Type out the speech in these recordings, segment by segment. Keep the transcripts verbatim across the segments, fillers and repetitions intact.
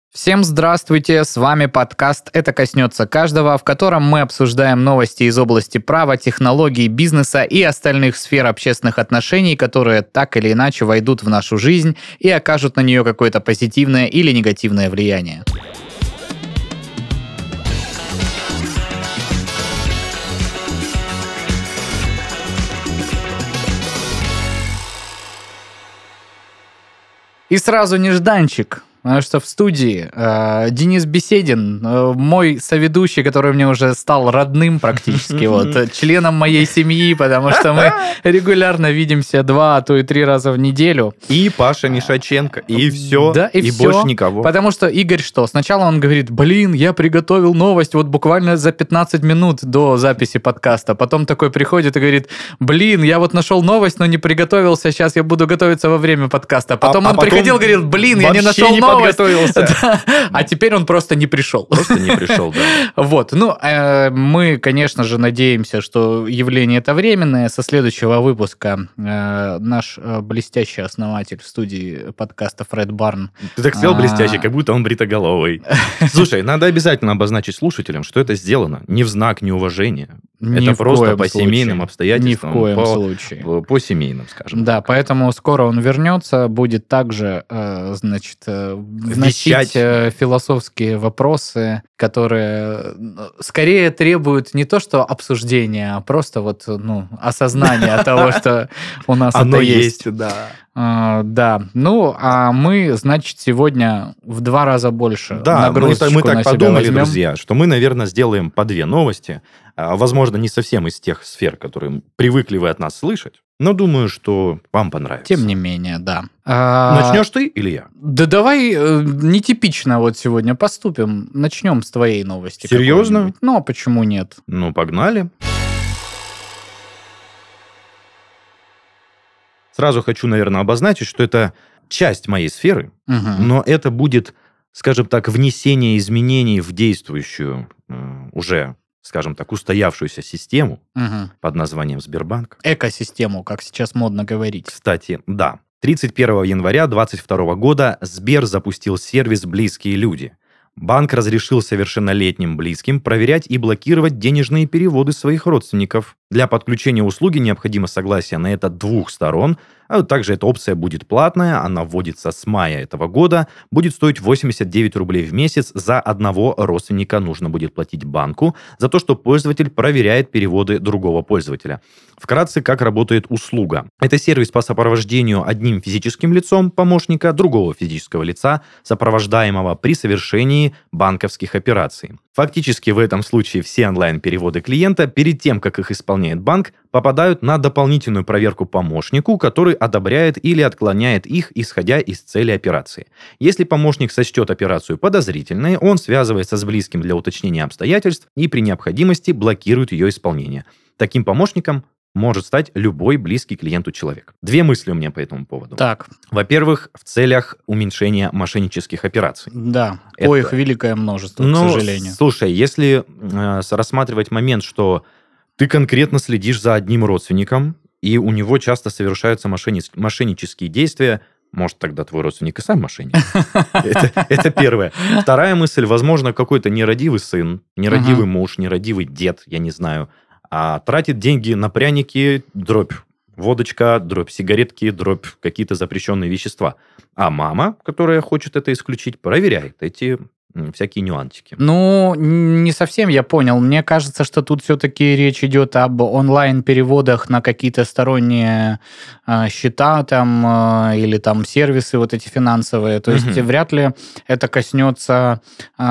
Всем здравствуйте, с вами подкаст «Это коснется каждого», в котором мы обсуждаем новости из области права, технологий, бизнеса и остальных сфер общественных отношений, которые так или иначе войдут в нашу жизнь и окажут на нее какое-то позитивное или негативное влияние. И сразу нежданчик. Потому что в студии э, Денис Беседин, э, мой соведущий, который мне уже стал родным практически, вот, членом моей семьи, потому что мы регулярно видимся два, а то и три раза в неделю. И Паша Мишаченко, и все, да, и, и все. Больше никого. Потому что Игорь что? Сначала он говорит, блин, я приготовил новость вот буквально за пятнадцать минут до записи подкаста. Потом такой приходит и говорит, блин, я вот нашел новость, но не приготовился, сейчас я буду готовиться во время подкаста. Потом а, он а потом приходил и говорит, блин, я не нашел не новость. подготовился. А теперь он просто не пришел. Просто не пришел, да. Вот, ну, э, мы, конечно же, надеемся, что явление это временное. Со следующего выпуска э, наш э, блестящий основатель студии подкаста Фред Барн. Ты так сказал блестящий, как будто он бритоголовый. Слушай, надо обязательно обозначить слушателям, что это сделано не в знак неуважения. Ни это просто по случае. семейным обстоятельствам. Ни в коем по, случае. По, по семейным, скажем. Да, поэтому скоро он вернется, будет также, э, значит, э, вносить э, философские вопросы, которые скорее требуют не то что обсуждения, а просто вот, ну, осознания того, что у нас это есть. Оно есть, да. Uh, да, ну, а мы, значит, сегодня в два раза больше да, нагрузочку мы, мы так на себя подумали, возьмем. Друзья, что мы, наверное, сделаем по две новости. Возможно, не совсем из тех сфер, которые привыкли вы от нас слышать, но думаю, что вам понравится. Тем не менее, да. Начнешь ты или я? Да давай э, нетипично вот сегодня поступим. Начнем с твоей новости. Серьезно? Ну, а почему нет? Ну, погнали. Сразу хочу, наверное, обозначить, что это часть моей сферы, угу. но это будет, скажем так, внесение изменений в действующую, уже, скажем так, устоявшуюся систему угу. под названием Сбербанк. Экосистему, как сейчас модно говорить. Кстати, да. тридцать первого января две тысячи двадцать второго года Сбер запустил сервис «Близкие люди». Банк разрешил совершеннолетним близким проверять и блокировать денежные переводы своих родственников. Для подключения услуги необходимо согласие на это двух сторон, а также эта опция будет платная, она вводится с мая этого года, будет стоить восемьдесят девять рублей в месяц, за одного родственника нужно будет платить банку за то, что пользователь проверяет переводы другого пользователя. Вкратце, как работает услуга. Это сервис по сопровождению одним физическим лицом помощника другого физического лица, сопровождаемого при совершении банковских операций. Фактически в этом случае все онлайн-переводы клиента перед тем, как их исполняет банк, попадают на дополнительную проверку помощнику, который одобряет или отклоняет их, исходя из цели операции. Если помощник сочтет операцию подозрительной, он связывается с близким для уточнения обстоятельств и при необходимости блокирует ее исполнение. Таким помощником может стать любой близкий клиенту человек. Две мысли у меня по этому поводу. Так. Во-первых, в целях уменьшения мошеннических операций. Да, Это... коих великое множество, ну, к сожалению. Слушай, если э, рассматривать момент, что ты конкретно следишь за одним родственником, и у него часто совершаются мошенни- мошеннические действия, может, тогда твой родственник и сам мошенник. Это первое. Вторая мысль, возможно, какой-то нерадивый сын, нерадивый муж, нерадивый дед, я не знаю, а тратит деньги на пряники, дробь водочка, дробь сигаретки, дробь какие-то запрещенные вещества. А мама, которая хочет это исключить, проверяет эти всякие нюансики. Ну, не совсем я понял. Мне кажется, что тут все-таки речь идет об онлайн-переводах на какие-то сторонние э, счета там, э, или там сервисы вот эти финансовые. То есть, угу. вряд ли это коснется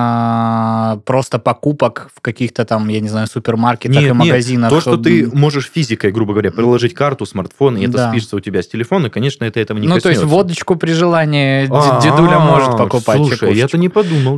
э, просто покупок в каких-то там, я не знаю, супермаркетах нет, и магазинах. Нет, то, что ты можешь физикой, грубо говоря, приложить карту, смартфон, и это да. спишется у тебя с телефона, конечно, это этого не ну, коснется. Ну, то есть, водочку при желании А-а-а, дедуля может покупать. Слушай, я-то не подумал.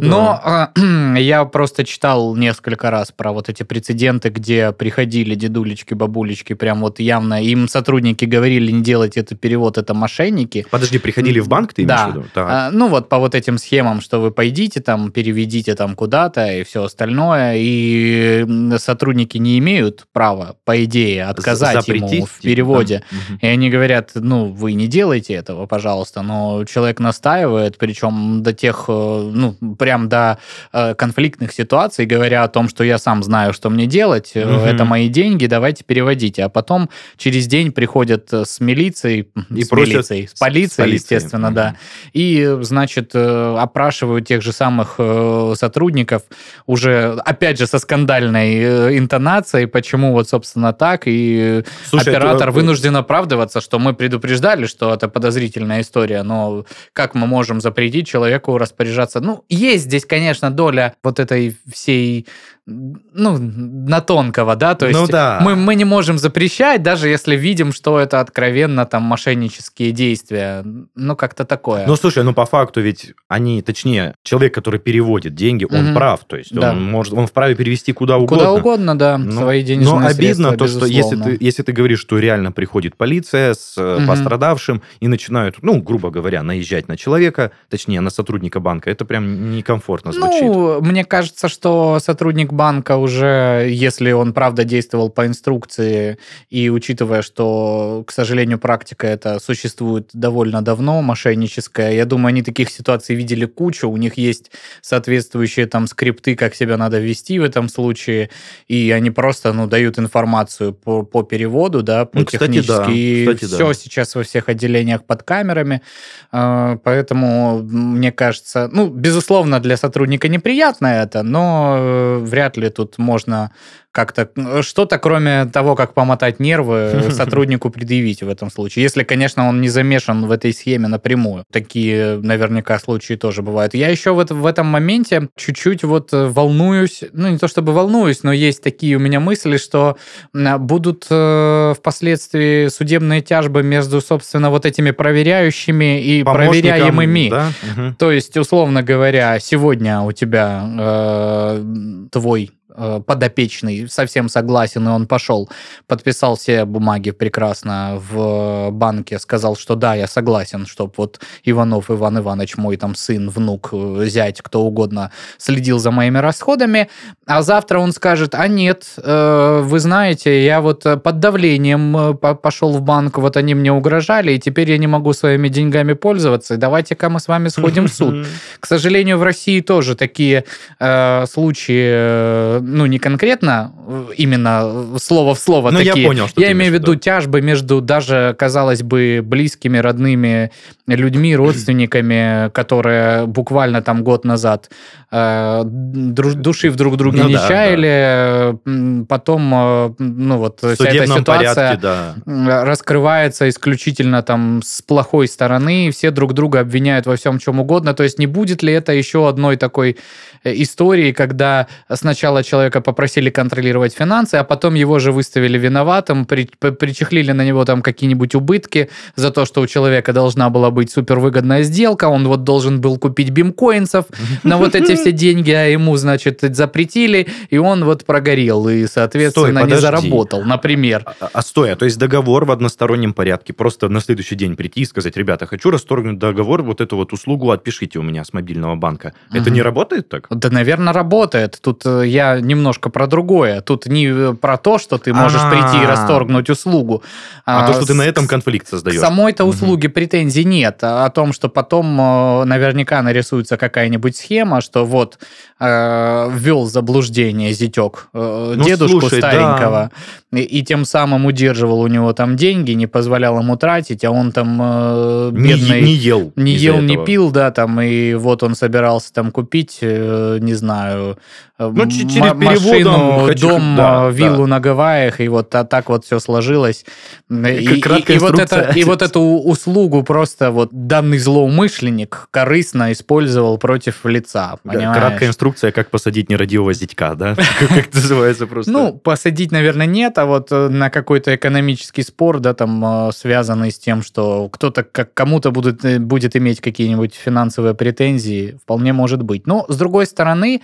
Но э, я просто читал несколько раз про вот эти прецеденты, где приходили дедулечки, бабулечки, прям вот явно им сотрудники говорили, не делайте этот перевод, это мошенники. Подожди, приходили в банк, ты имеешь да. в виду? Так. А, ну вот по вот этим схемам, что вы пойдите там, переведите там куда-то и все остальное, и сотрудники не имеют права, по идее, отказать Запретить, ему в переводе. Да. И они говорят, ну, вы не делайте этого, пожалуйста, но человек настаивает, причем до тех, ну, прям до конфликтных ситуаций, говоря о том, что я сам знаю, что мне делать, угу. это мои деньги, давайте переводите. А потом через день приходят с милицией, и с милицией, с полицией, естественно, угу. да, и, значит, опрашивают тех же самых сотрудников уже, опять же, со скандальной интонацией, почему вот, собственно, так, и Слушай, оператор это... вынужден оправдываться, что мы предупреждали, что это подозрительная история, но как мы можем запретить человеку распоряжаться? Ну, есть здесь, конечно, доля вот этой всей, ну, на тонкого, да, то есть ну, да. мы, мы не можем запрещать, даже если видим, что это откровенно там мошеннические действия, ну, как-то такое. Ну, слушай, ну, по факту ведь они, точнее, человек, который переводит деньги, он угу. прав, то есть да. он может, он вправе перевести куда угодно. Куда угодно, да, но, свои денежные но средства, обидно то, безусловно. что если ты, если ты говоришь, что реально приходит полиция с угу. пострадавшим и начинают, ну, грубо говоря, наезжать на человека, точнее, на сотрудника банка, это прям некомфортно звучит. Ну, мне кажется, что сотрудник банка уже, если он, правда, действовал по инструкции, и учитывая, что, к сожалению, практика эта существует довольно давно, мошенническая, я думаю, они таких ситуаций видели кучу, у них есть соответствующие там скрипты, как себя надо вести в этом случае, и они просто, ну, дают информацию по, по переводу, да, по ну, кстати, технически, да. и кстати, все да. сейчас во всех отделениях под камерами, поэтому, мне кажется, ну, безусловно, для сотрудника неприятно это, но вряд ли тут можно как-то что-то, кроме того, как помотать нервы, сотруднику предъявить в этом случае. Если, конечно, он не замешан в этой схеме напрямую. Такие наверняка случаи тоже бывают. Я еще вот в этом моменте чуть-чуть вот волнуюсь, ну, не то чтобы волнуюсь, но есть такие у меня мысли, что будут э, впоследствии судебные тяжбы между, собственно, вот этими проверяющими и проверяемыми. Да? Угу. То есть, условно говоря, сегодня у тебя э, твой подопечный совсем согласен, и он пошел, подписал все бумаги прекрасно в банке, сказал, что да, я согласен, чтобы вот Иванов Иван Иванович, мой там сын, внук, зять, кто угодно, следил за моими расходами, а завтра он скажет, а нет, вы знаете, я вот под давлением пошел в банк, вот они мне угрожали, и теперь я не могу своими деньгами пользоваться, давайте-ка мы с вами сходим в суд. К сожалению, в России тоже такие случаи, ну, не конкретно, именно слово в слово Но такие. Я понял, что Я имею в виду тяжбы между даже, казалось бы, близкими, родными людьми, родственниками, которые буквально там год назад э, души в друг друге ну, не да, чаяли, да. потом, э, ну, вот вся эта ситуация порядке, да. раскрывается исключительно там с плохой стороны, все друг друга обвиняют во всем, чем угодно. То есть не будет ли это еще одной такой истории, когда сначала человека попросили контролировать финансы, а потом его же выставили виноватым, при, причехлили на него там какие-нибудь убытки за то, что у человека должна была быть супервыгодная сделка, он вот должен был купить бимкоинсов на вот эти все деньги, а ему, значит, запретили, и он вот прогорел, и, соответственно, Стой, не заработал, например. А, а стой, а то есть договор в одностороннем порядке, просто на следующий день прийти и сказать, ребята, хочу расторгнуть договор, вот эту вот услугу отпишите у меня с мобильного банка. Это угу. не работает так? Да, наверное, работает. Тут я немножко про другое. Тут не про то, что ты можешь А-а-а. прийти и расторгнуть услугу. А, а то, что ты на этом конфликт создаешь. К самой-то угу. услуге претензий нет. О том, что потом наверняка нарисуется какая-нибудь схема, что вот э, ввел в заблуждение зятек э, ну, дедушку слушай, старенького, да. и, и тем самым удерживал у него там деньги, не позволял ему тратить, а он там э, бедный... Не, не ел. Не ел, не пил, да, там, и вот он собирался там купить, э, не знаю... Ну, через перед переводом машину, хочу... дом, да, виллу да. на Гавайях, и вот а, так вот все сложилось. И, и, Краткая и, вот это, инструкция. и вот эту услугу просто вот данный злоумышленник корыстно использовал против лица, понимаешь? Краткая инструкция, как посадить нерадивого зятька, да? Как называется просто? Ну, посадить, наверное, нет, а вот на какой-то экономический спор, да, там, связанный с тем, что кто-то, как кому-то будет, будет иметь какие-нибудь финансовые претензии, вполне может быть. Но, с другой стороны,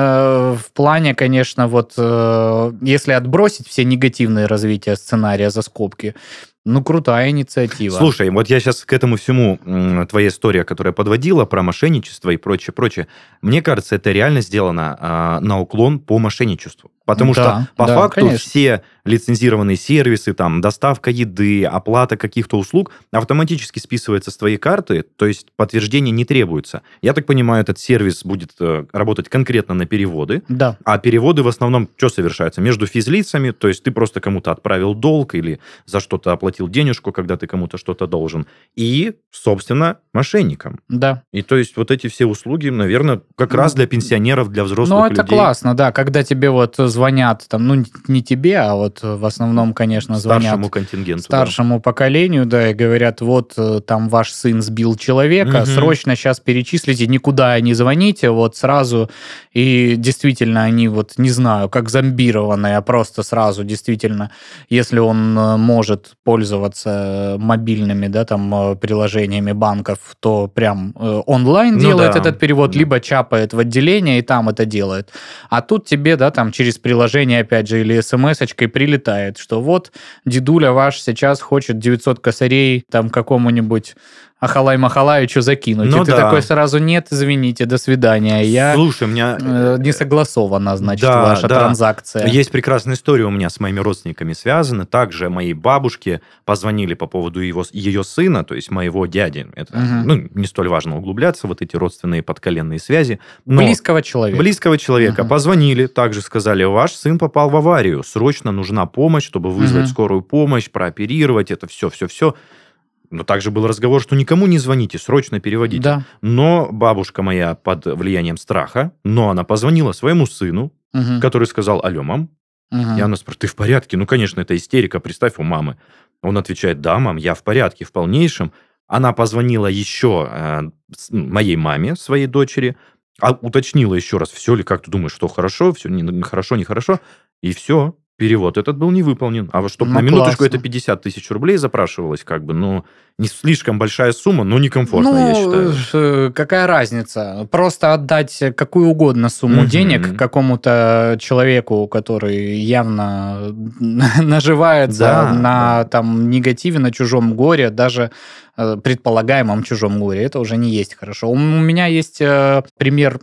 э, в плане, конечно, вот, э, если отбросить все негативные развития сценария за скобки, ну, крутая инициатива. Слушай, вот я сейчас к этому всему, твоя история, которая подводила про мошенничество и прочее, прочее, мне кажется, это реально сделано а, на уклон по мошенничеству. Потому Да, что по да, факту конечно. все лицензированные сервисы, там, доставка еды, оплата каких-то услуг автоматически списывается с твоей карты, то есть подтверждение не требуется. Я так понимаю, этот сервис будет э, работать конкретно на переводы, Да. а переводы в основном что совершаются? Между физлицами, то есть ты просто кому-то отправил долг или за что-то оплатил денежку, когда ты кому-то что-то должен, и, собственно, мошенникам. Да. И то есть вот эти все услуги, наверное, как Ну, раз для пенсионеров, для взрослых Ну, это людей. классно, да, когда тебе вот звонят, там, ну, не тебе, а вот в основном, конечно, звонят Старшему контингенту. да. старшему поколению, да, и говорят, вот э, там ваш сын сбил человека, Мгм. срочно сейчас перечислите, никуда не звоните, вот сразу, и действительно они вот, не знаю, как зомбированные, а просто сразу, действительно, если он э, может пользоваться мобильными, да, там, э, приложениями банков, то прям э, онлайн Ну делает да, этот перевод, да. либо чапает в отделение и там это делает. А тут тебе, да, там через приложение, опять же, или смс-очкой прилетает, что вот дедуля ваш сейчас хочет девятьсот косарей там какому-нибудь Ахалай-Махалаевичу закинуть. Ну и ты да. такой сразу, нет, извините, до свидания. Я Слушай, у меня... э, не согласована, значит, Да, ваша да. транзакция. Есть прекрасная история у меня с моими родственниками связана. Также моей бабушке позвонили по поводу его, ее сына, то есть моего дяди. Это, Мгм. ну, не столь важно углубляться, вот эти родственные подколенные связи. Но Близкого человека. близкого человека Мгм. позвонили, также сказали, ваш сын попал в аварию, срочно нужна помощь, чтобы вызвать Мгм. скорую помощь, прооперировать, это все-все-все. Но также был разговор, что никому не звоните, срочно переводите. Да. Но бабушка моя под влиянием страха, но она позвонила своему сыну, Мгм. который сказал, алло, мам. Мгм. И она спрашивает, ты в порядке? Ну, конечно, это истерика, представь, у мамы. Он отвечает, да, мам, я в порядке, в полнейшем. Она позвонила еще э, с- моей маме, своей дочери, а уточнила еще раз, все ли, как ты думаешь, что хорошо, все не, хорошо, нехорошо, и все. Перевод этот был не выполнен. А вот чтобы Ну, на минуточку классно. это пятьдесят тысяч рублей запрашивалось, как бы, ну, не слишком большая сумма, но некомфортно, ну, я считаю. э, какая разница? Просто отдать какую угодно сумму Мгм. денег какому-то человеку, который явно наживается Да, на да. там негативе, на чужом горе, даже э, предполагаемом чужом горе. Это уже не есть хорошо. У меня есть э, пример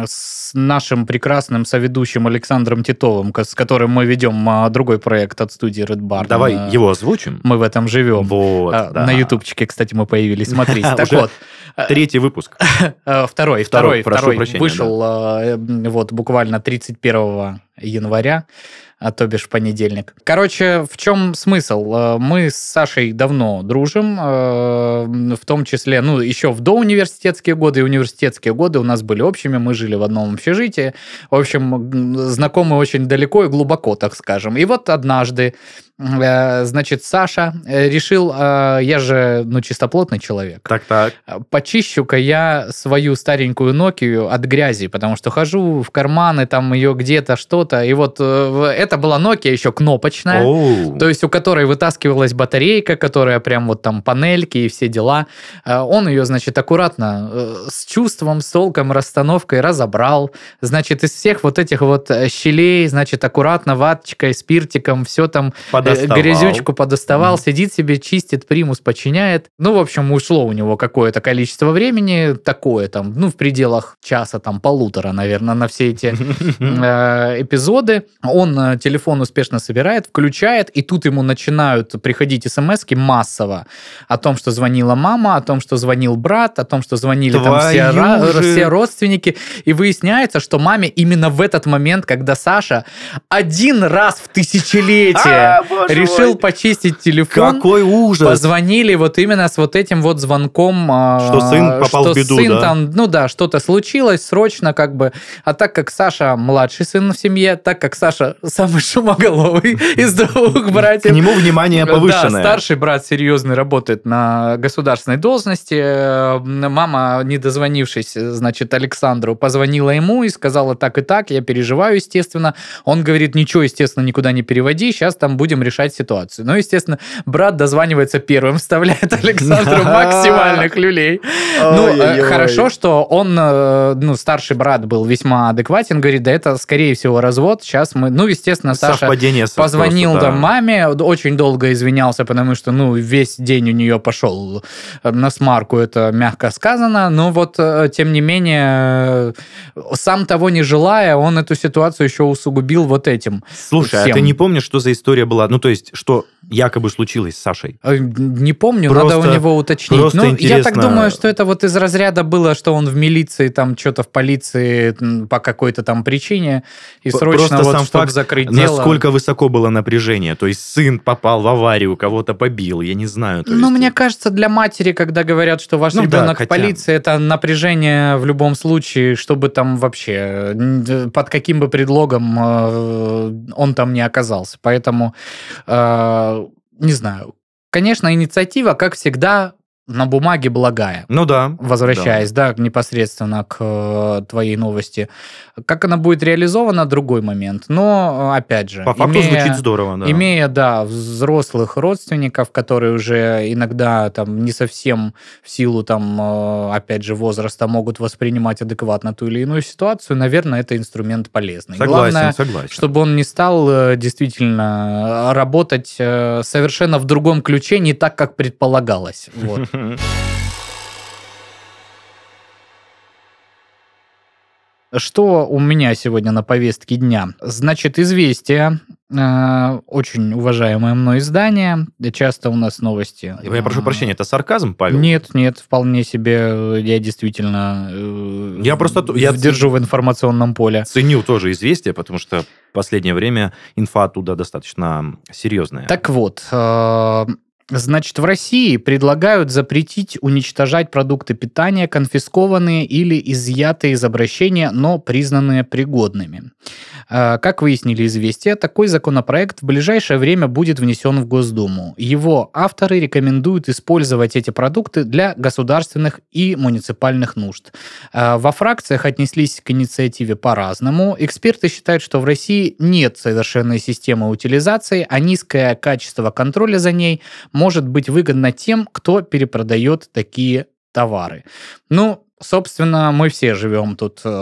с нашим прекрасным соведущим Александром Титовым, ко- с которым мы ведем э, другой проект от студии Red Barn. Давай Э, его озвучим. Мы в этом живем. Вот, А, да. На ютубчике, кстати, мы появились. Смотрите. Так Уже вот. э, Третий выпуск. Э, Второй, Второй, второй, прошу второй прощения, вышел э, вот буквально тридцать первого января, а то бишь в понедельник. Короче, в чем смысл? Э, Мы с Сашей давно дружим, э, в том числе, ну, еще в доуниверситетские годы и университетские годы у нас были общими, мы жили в одном общежитии. В общем, м, знакомы очень далеко и глубоко, так скажем. И вот однажды, э, значит, Саша э, решил, э, я же, ну, чистоплотный человек, Так-так. почищу-ка я свою старенькую Nokia от грязи, потому что хожу в карманы, там ее где-то что-то, и вот э, это была Nokia еще кнопочная, Оу. то есть у которой вытаскивалась батарейка, которая прям вот там панельки и все дела. Э, Он ее, значит, аккуратно, э, с чувством, с толком, расстановкой разобрал. Значит, из всех вот этих вот э, щелей, значит, аккуратно ваточкой, спиртиком, все там э, Подоставал. грязючку подоставал, Мгм. сидит себе, чистит, примус починяет. Ну, в общем, ушло у него какое-то количество времени, такое там, ну, в пределах часа, там, полутора, наверное, на все эти э, эпизоды. Он э, телефон успешно собирает, включает, и тут ему начинают приходить смски массово о том, что звонила мама, о том, что звонил брат, о том, что звонили там все, Твою ра- же. все родственники. И выясняется, что маме именно в этот момент, когда Саша один раз в тысячелетие А, боже решил мой. почистить телефон, Какой ужас. позвонили вот именно с вот этим вот звонком, а, Что сын попал что в беду, сын да? там, ну да, что-то случилось срочно как бы. А так как Саша младший сын в семье, я, так как Саша самый шумоголовый из двух братьев... К нему внимание повышенное. Да, старший брат серьезный работает на государственной должности. Мама, не дозвонившись, значит, Александру, позвонила ему и сказала так и так, я переживаю, естественно. Он говорит, ничего, естественно, никуда не переводи, сейчас там будем решать ситуацию. Ну, естественно, брат дозванивается первым, вставляет Александру максимальных люлей. Ну, хорошо, что он, ну, старший брат был весьма адекватен, говорит, да это, скорее всего, развод, сейчас мы... Ну, естественно, Саша позвонил просто, да. маме, очень долго извинялся, потому что, ну, весь день у нее пошел на смарку, это мягко сказано, но вот, тем не менее, сам того не желая, он эту ситуацию еще усугубил вот этим. Слушай, всем. А ты не помнишь, что за история была? Ну, то есть, что якобы случилось с Сашей? Не помню, просто, надо у него уточнить. Просто ну, интересно... Я так думаю, что это вот из разряда было, что он в милиции, там, что-то в полиции по какой-то там причине, и срочно просто вот, сам чтобы факт, закрыть дело. Насколько высоко было напряжение, то есть сын попал в аварию, кого-то побил, я не знаю. То ну, есть... мне кажется, для матери, когда говорят, что ваш ну, ребенок да, в хотя... полиции, это напряжение в любом случае, чтобы там вообще, под каким бы предлогом он там не оказался. Поэтому, не знаю, конечно, инициатива, как всегда, на бумаге благая. Ну да. Возвращаясь, да, да непосредственно к э, твоей новости. Как она будет реализована, другой момент. Но, опять же... По факту имея, звучит здорово, да. Имея, да, взрослых родственников, которые уже иногда там не совсем в силу, там, э, опять же, возраста могут воспринимать адекватно ту или иную ситуацию, наверное, это инструмент полезный. Согласен, Главное, согласен. чтобы он не стал э, действительно работать э, совершенно в другом ключе, не так, как предполагалось. Вот. Что у меня сегодня на повестке дня? Значит, «Известия», э, очень уважаемое мной издание, часто у нас новости. Я прошу прощения, это сарказм, Павел? Нет, нет, вполне себе, я действительно э, я просто, я держу в информационном поле. Ценю тоже «Известия», потому что в последнее время инфа оттуда достаточно серьезная. Так вот, э, значит, в России предлагают запретить уничтожать продукты питания, конфискованные или изъятые из обращения, но признанные пригодными. Как выяснили «Известия», такой законопроект в ближайшее время будет внесен в Госдуму. Его авторы рекомендуют использовать эти продукты для государственных и муниципальных нужд. Во фракциях отнеслись к инициативе по-разному. Эксперты считают, что в России нет совершенной системы утилизации, а низкое качество контроля за ней может быть выгодно тем, кто перепродает такие товары. Ну, собственно, мы все живем тут э,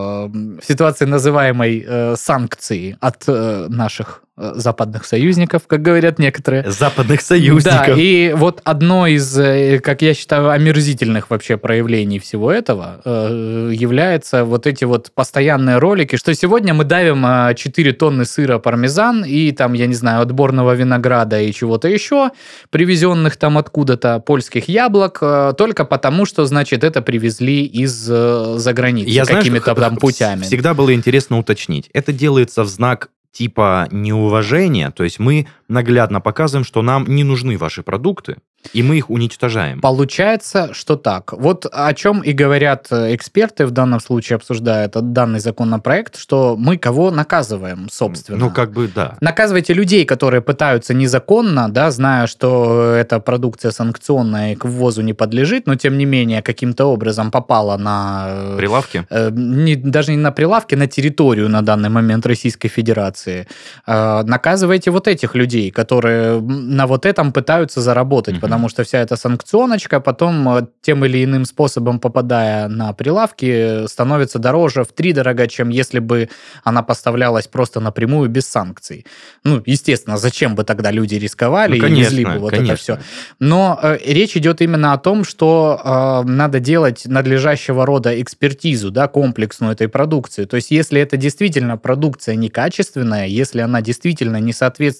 в ситуации, называемой э, санкции от э, наших э, западных союзников, как говорят некоторые. Западных союзников. Да, и вот одно из, э, как я считаю, омерзительных вообще проявлений всего этого э, является вот эти вот постоянные ролики, что сегодня мы давим э, четыре тонны сыра пармезан и там, я не знаю, отборного винограда и чего-то еще, привезенных там откуда-то, польских яблок, э, только потому, что, значит, это привезли из-за границы я какими-то там путями. Всегда было интересно уточнить. Это делается в знак типа неуважения, то есть мы наглядно показываем, что нам не нужны ваши продукты, и мы их уничтожаем. Получается, что так. Вот о чем и говорят эксперты, в данном случае обсуждая этот данный законопроект, что мы кого наказываем, собственно. Ну, как бы, да. Наказывайте людей, которые пытаются незаконно, да, зная, что эта продукция санкционная и к ввозу не подлежит, но, тем не менее, каким-то образом попала на... Прилавки? Э, не, даже не на прилавки, на территорию на данный момент Российской Федерации. Э, наказывайте вот этих людей, которые на вот этом пытаются заработать, uh-huh. потому что вся эта санкционочка потом тем или иным способом, попадая на прилавки, становится дороже втридорога, чем если бы она поставлялась просто напрямую без санкций. Ну, естественно, зачем бы тогда люди рисковали ну, конечно, и везли бы вот конечно. Это все. Но э, речь идет именно о том, что э, надо делать надлежащего рода экспертизу, да, комплексную этой продукции. То есть, если это действительно продукция некачественная, если она действительно не соответствует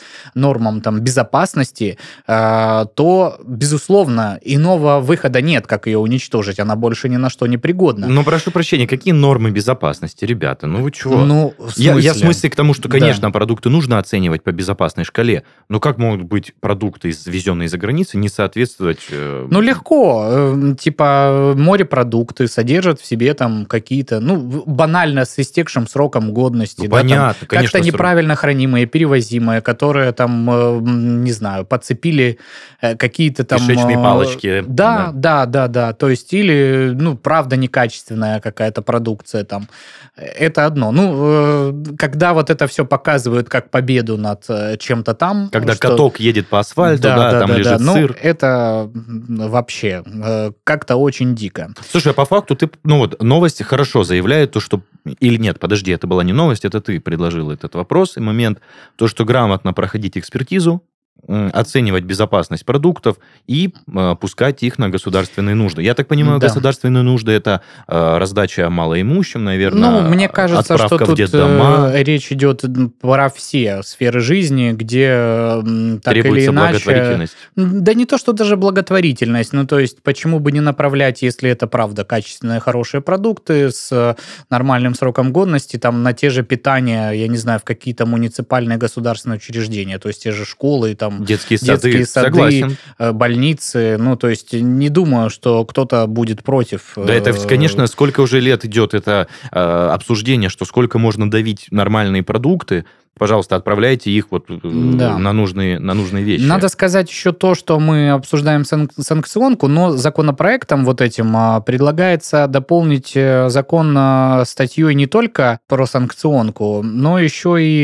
нормам там безопасности, э, то, безусловно, иного выхода нет, как ее уничтожить. Она больше ни на что не пригодна. Ну, прошу прощения, какие нормы безопасности, ребята? Ну, вы чего? Ну, в я, смысле? я в смысле к тому, что, конечно, Да. продукты нужно оценивать по безопасной шкале, но как могут быть продукты, ввезенные из-за границы, не соответствовать... Э... Ну, легко. Э, типа морепродукты содержат в себе там какие-то, ну, банально с истекшим сроком годности. Ну, да, понятно, там, конечно. Как-то неправильно хранимые, перевозимые, которые там, э, не знаю, подцепили э, какие-то там... Кишечные э, палочки. Да, да, да, да, да. То есть, или, ну, правда, некачественная какая-то продукция там. Это одно. Ну, э, когда вот это все показывают как победу над э, чем-то там... Когда что... каток едет по асфальту, да, да, да, там да, лежит да. сыр. Ну, это вообще э, как-то очень дико. Слушай, а по факту ты, ну вот, новость хорошо заявляет то, что... Или нет, подожди, это была не новость, это ты предложил этот вопрос и момент. То, что грамотно проходить экспертизу, оценивать безопасность продуктов и э, пускать их на государственные нужды. Я так понимаю, Да. государственные нужды – это э, раздача малоимущим, наверное, Ну, мне кажется, что отправка в тут детдома. э, речь идет про все сферы жизни, где м, так или Требуется иначе... благотворительность. Да не то, что даже благотворительность, ну, то есть, почему бы не направлять, если это правда качественные, хорошие продукты с нормальным сроком годности, там, на те же питания, я не знаю, в какие-то муниципальные государственные учреждения, то есть, те же школы, там, Детские сады, детские сады, согласен. э, больницы, ну, то есть, не думаю, что кто-то будет против. Да, это, конечно, сколько уже лет идет это э, обсуждение, что сколько можно давить нормальные продукты. Пожалуйста, отправляйте их вот Да. на, нужные, на нужные вещи. Надо сказать еще то, что мы обсуждаем сан- санкционку, но законопроектом вот этим а, предлагается дополнить э, закон а, статьей не только про санкционку, но еще и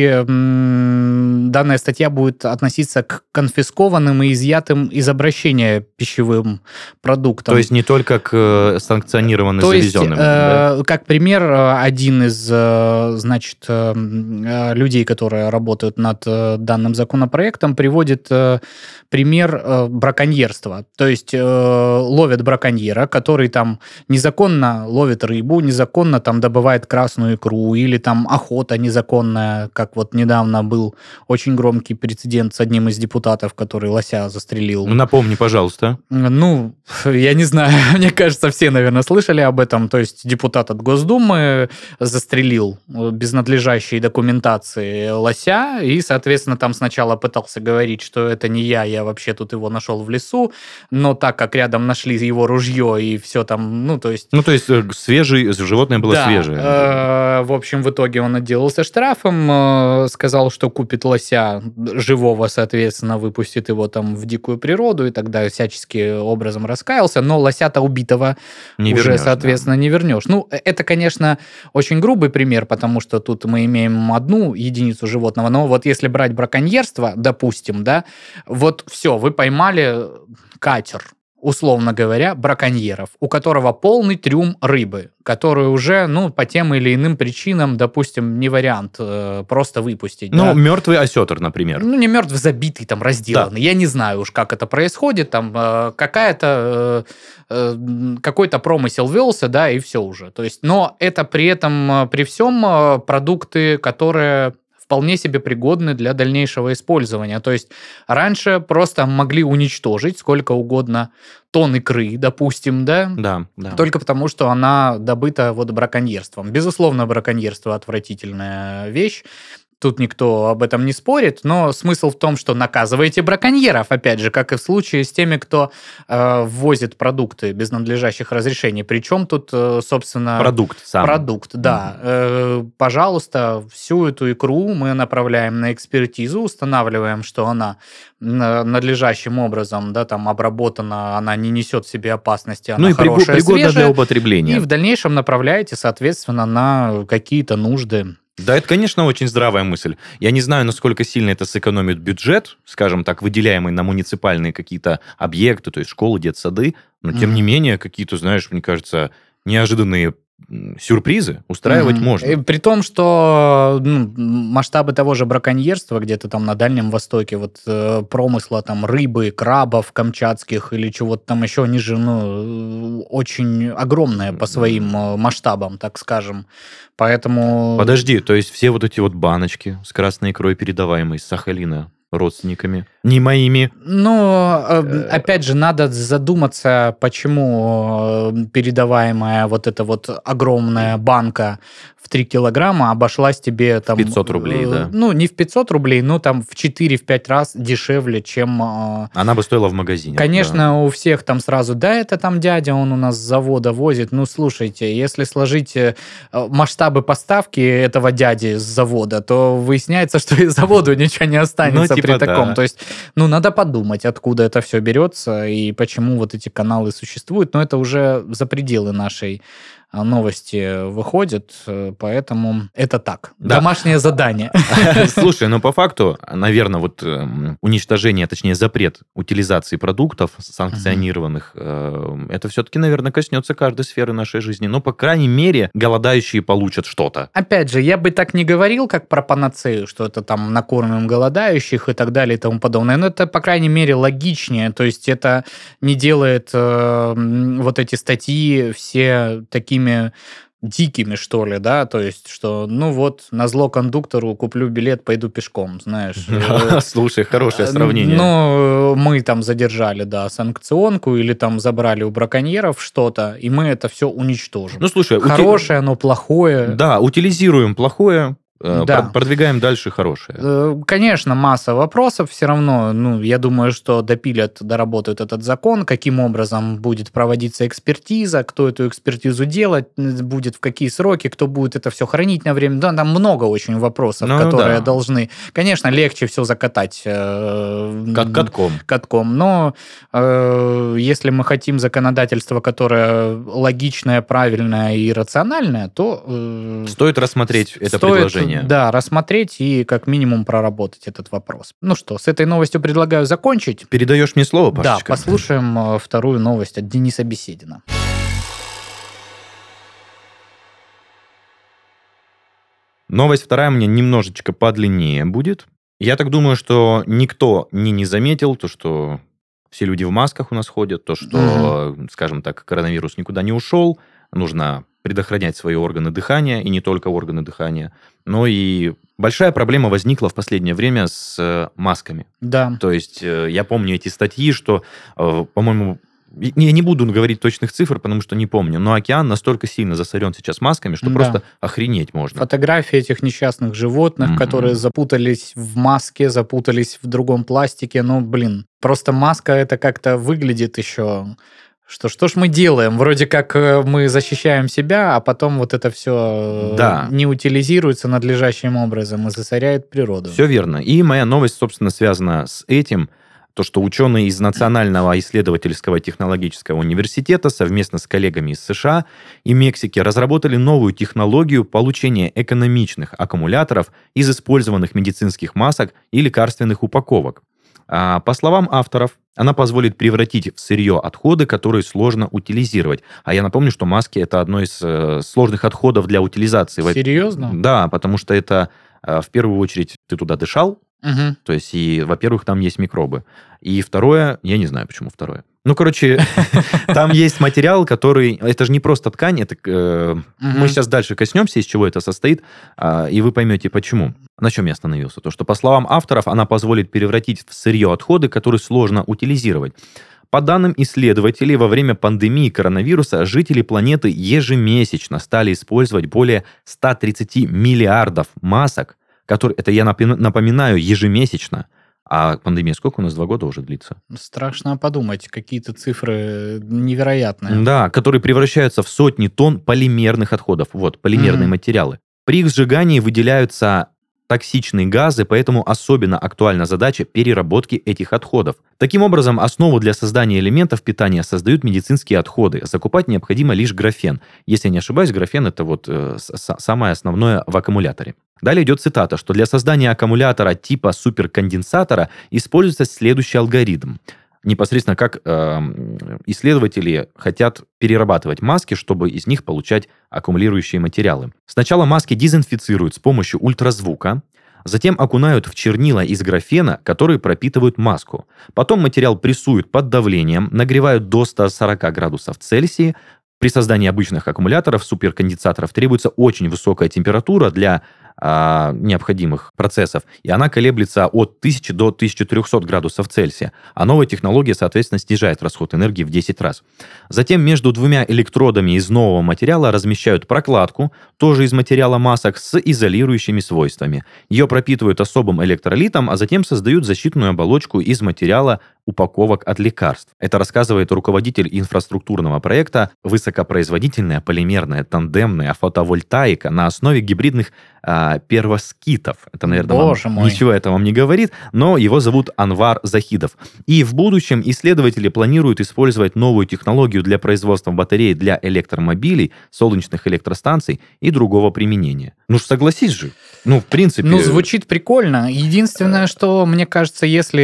м, данная статья будет относиться к конфискованным и изъятым из обращения пищевым продуктам. То есть не только к э, санкционированным То есть, завезенным. э, да? как пример, э, один из, э, значит, э, э, людей, которые работают над э, данным законопроектом, приводит э, пример э, браконьерства. То есть э, ловят браконьера, который там незаконно ловит рыбу, незаконно там добывает красную икру, или там охота незаконная, как вот недавно был очень громкий прецедент с одним из депутатов, который лося застрелил. Ну, напомни, пожалуйста. Ну, я не знаю, мне кажется, все, наверное, слышали об этом. То есть депутат от Госдумы застрелил без надлежащей документации лося, и, соответственно, там сначала пытался говорить, что это не я, я вообще тут его нашел в лесу, но так как рядом нашли его ружье и все там, ну, то есть... Ну, то есть э, свежий, животное было Да, свежее. э, в общем, в итоге он отделался штрафом, э, сказал, что купит лося живого, соответственно, выпустит его там в дикую природу, и тогда всячески образом раскаялся, но лося-то убитого Не уже, вернешь, соответственно, да. не вернешь. Ну, это, конечно, очень грубый пример, потому что тут мы имеем одну единицу животного, но вот если брать браконьерство, допустим, да, вот все, вы поймали катер, условно говоря, браконьеров, у которого полный трюм рыбы, который уже, ну, по тем или иным причинам, допустим, не вариант э, просто выпустить. Ну, да? мертвый осетр, например. Ну, не мертв, забитый, там, разделанный. Я не знаю уж, как это происходит. Там э, какая-то, э, э, какой-то промысел велся, да, и все уже. То есть, но это при этом, э, при всем э, продукты, которые вполне себе пригодны для дальнейшего использования. То есть раньше просто могли уничтожить сколько угодно тонн икры, допустим, да? Да, да. Только потому, что она добыта вот браконьерством. Безусловно, браконьерство отвратительная вещь. Тут никто об этом не спорит, но смысл в том, что наказываете браконьеров, опять же, как и в случае с теми, кто э, ввозит продукты без надлежащих разрешений. Причем тут, э, собственно... Продукт сам. Продукт, да. Mm-hmm. Э, пожалуйста, всю эту икру мы направляем на экспертизу, устанавливаем, что она надлежащим образом, да, там, обработана, она не несет в себе опасности, она ну и хорошая, пригодна свежая, для употребления. И в дальнейшем направляете, соответственно, на какие-то нужды. Да, это, конечно, очень здравая мысль. Я не знаю, насколько сильно это сэкономит бюджет, скажем так, выделяемый на муниципальные какие-то объекты, то есть школы, детсады, но, тем mm-hmm. не менее, какие-то, знаешь, мне кажется, неожиданные сюрпризы устраивать mm-hmm. можно. И при том, что ну, масштабы того же браконьерства где-то там на Дальнем Востоке, вот э, промысла там рыбы, крабов камчатских или чего-то там еще, они же ну, очень огромные по своим э, масштабам, так скажем. Поэтому... Подожди, то есть все вот эти вот баночки с красной икрой передаваемой из Сахалина, родственниками, не моими. Ну, опять же, надо задуматься, почему передаваемая вот эта вот огромная банка в три килограмма обошлась тебе там... пятьсот рублей, да. Ну, не в пятьсот рублей, но там в четыре-пять раз дешевле, чем... Она бы стоила в магазине. Конечно, да. у всех там сразу, да, это там дядя, он у нас с завода возит. Ну, слушайте, если сложить масштабы поставки этого дяди с завода, то выясняется, что и заводу ничего не останется ну, типа при таком. Да. То есть, ну, надо подумать, откуда это все берется и почему вот эти каналы существуют. Но это уже за пределы нашей новости выходят, поэтому это так. Да. Домашнее задание. Слушай, ну по факту, наверное, вот э, уничтожение, точнее запрет утилизации продуктов санкционированных, э, это все-таки, наверное, коснется каждой сферы нашей жизни. Но, по крайней мере, голодающие получат что-то. Опять же, я бы так не говорил, как про панацею, что это там накормим голодающих и так далее и тому подобное. Но это, по крайней мере, логичнее. То есть это не делает э, вот эти статьи все такими дикими, что ли, да, то есть, что, ну вот, назло кондуктору куплю билет, пойду пешком, знаешь. Слушай, хорошее сравнение. Ну, мы там задержали, да, санкционку или там забрали у браконьеров что-то, и мы это все уничтожим. Ну, слушай, хорошее, но плохое. Да, утилизируем плохое, да. Продвигаем дальше хорошее. Конечно, масса вопросов все равно. Ну, я думаю, что допилят, доработают этот закон, каким образом будет проводиться экспертиза, кто эту экспертизу делать будет, в какие сроки, кто будет это все хранить на время. Да, там много очень вопросов, ну, которые да. должны... Конечно, легче все закатать э, как катком. катком, но э, если мы хотим законодательство, которое логичное, правильное и рациональное, то... Э, стоит рассмотреть это стоит, предложение. Да, рассмотреть и как минимум проработать этот вопрос. Ну что, с этой новостью предлагаю закончить. Передаешь мне слово, Пашечка? Да, послушаем вторую новость от Дениса Беседина. Новость вторая мне немножечко подлиннее будет. Я так думаю, что никто не, не заметил то, что все люди в масках у нас ходят, то, что, угу. скажем так, коронавирус никуда не ушел, нужно предохранять свои органы дыхания, и не только органы дыхания. Но и большая проблема возникла в последнее время с масками. Да. То есть я помню эти статьи, что, по-моему, я не буду говорить точных цифр, потому что не помню, но океан настолько сильно засорен сейчас масками, что да. просто охренеть можно. Фотографии этих несчастных животных, mm-hmm. которые запутались в маске, запутались в другом пластике. Ну, блин, просто маска это как-то выглядит еще... Что, что ж мы делаем? Вроде как мы защищаем себя, а потом вот это все да. не утилизируется надлежащим образом и засоряет природу. Все верно. И моя новость, собственно, связана с этим, то, что ученые из Национального исследовательского технологического университета совместно с коллегами из США и Мексики разработали новую технологию получения экономичных аккумуляторов из использованных медицинских масок и лекарственных упаковок. А по словам авторов, она позволит превратить в сырье отходы, которые сложно утилизировать. А я напомню, что маски – это одно из э, сложных отходов для утилизации. Серьезно? Да, потому что это, э, в первую очередь, ты туда дышал, угу. то есть, и, во-первых, там есть микробы. И второе, я не знаю, почему второе. Ну, короче, там есть материал, который... Это же не просто ткань, это... Э, угу. Мы сейчас дальше коснемся, из чего это состоит, э, и вы поймете, почему. На чем я остановился? То, что, по словам авторов, она позволит превратить в сырье отходы, которые сложно утилизировать. По данным исследователей, во время пандемии коронавируса жители планеты ежемесячно стали использовать более ста тридцати миллиардов масок, которые, это я напоминаю, ежемесячно. А пандемия сколько у нас? Два года уже длится? Страшно подумать, какие-то цифры невероятные. Да, которые превращаются в сотни тонн полимерных отходов. Вот, полимерные mm-hmm. материалы. При их сжигании выделяются токсичные газы, поэтому особенно актуальна задача переработки этих отходов. Таким образом, основу для создания элементов питания создают медицинские отходы. Закупать необходимо лишь графен. Если я не ошибаюсь, графен – это вот э, самое основное в аккумуляторе. Далее идет цитата, что для создания аккумулятора типа суперконденсатора используется следующий алгоритм. Непосредственно как э, исследователи хотят перерабатывать маски, чтобы из них получать аккумулирующие материалы. Сначала маски дезинфицируют с помощью ультразвука, затем окунают в чернила из графена, которые пропитывают маску. Потом материал прессуют под давлением, нагревают до ста сорока градусов Цельсия. При создании обычных аккумуляторов, суперконденсаторов требуется очень высокая температура для а, необходимых процессов, и она колеблется от тысячи до тысячи трёхсот градусов Цельсия. А новая технология, соответственно, снижает расход энергии в десять раз. Затем между двумя электродами из нового материала размещают прокладку, тоже из материала масок, с изолирующими свойствами. Ее пропитывают особым электролитом, а затем создают защитную оболочку из материала упаковок от лекарств. Это рассказывает руководитель инфраструктурного проекта «Высокопроизводительная полимерная тандемная фотовольтаика на основе гибридных а, первоскитов». Это, наверное, вам ничего это вам не говорит, но его зовут Анвар Захидов. И в будущем исследователи планируют использовать новую технологию для производства батарей для электромобилей, солнечных электростанций и другого применения. Ну, согласись же. Ну, в принципе... Ну, звучит прикольно. Единственное, что, мне кажется, если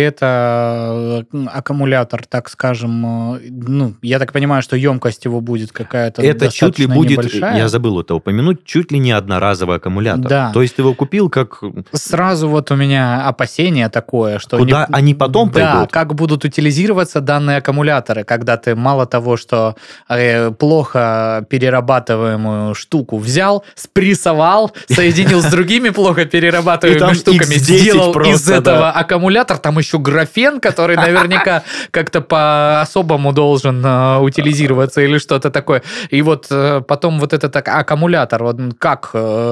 это аккумулятор, так скажем, ну, я так понимаю, что емкость его будет какая-то это чуть ли будет, небольшая. Я забыл это упомянуть, чуть ли не одноразовый аккумулятор. Да. То есть ты его купил как... Сразу вот у меня опасение такое, что... Куда не... они потом да, пойдут? Да, как будут утилизироваться данные аккумуляторы, когда ты мало того, что э, плохо перерабатываемую штуку взял, спрессовал, соединил с другими плохо перерабатываемыми штуками, сделал из этого аккумулятор, там еще графен, который наверняка как-то по-особому должен э, утилизироваться или что-то такое. И вот э, потом вот этот аккумулятор, вот как...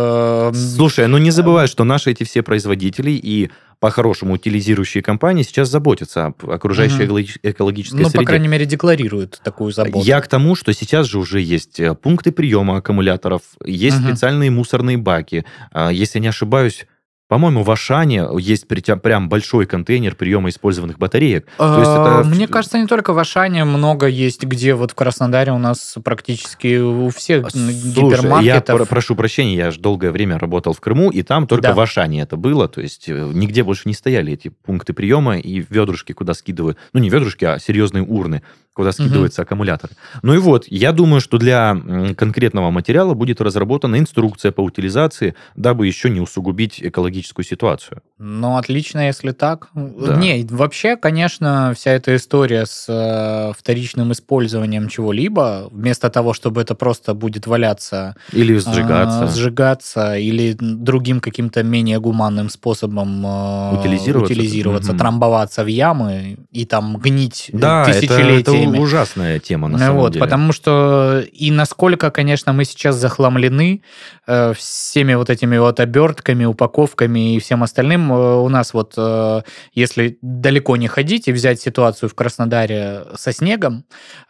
Э, Слушай, ну не забывай, что наши эти все производители и по-хорошему утилизирующие компании сейчас заботятся об окружающей угу. экологической ну, среде. Ну, по крайней мере, декларируют такую заботу. Я к тому, что сейчас же уже есть пункты приема аккумуляторов, есть угу. специальные мусорные баки. Если не ошибаюсь, по-моему, в Ашане есть прям большой контейнер приема использованных батареек. То есть это... Мне кажется, не только в Ашане, много есть, где вот в Краснодаре у нас практически у всех Слушай, гипермаркетов. Я прошу прощения, я же долгое время работал в Крыму, и там только да. в Ашане это было. То есть нигде больше не стояли эти пункты приема и ведрышки, куда скидывают. Ну, не ведрышки, а серьезные урны, куда скидываются угу. аккумуляторы. Ну и вот, я думаю, что для конкретного материала будет разработана инструкция по утилизации, дабы еще не усугубить экологическую ситуацию. Ну, отлично, если так. Да. Не, вообще, конечно, вся эта история с э, вторичным использованием чего-либо, вместо того, чтобы это просто будет валяться... Или сжигаться. Э, сжигаться, или другим каким-то менее гуманным способом э, утилизироваться, утилизироваться угу. трамбоваться в ямы и там гнить да, тысячелетиями. Это, это ужасная тема, на самом вот, деле. Потому что и насколько, конечно, мы сейчас захламлены э, всеми вот этими вот обертками, упаковками и всем остальным. Э, у нас вот, э, если далеко не ходить и взять ситуацию в Краснодаре со снегом,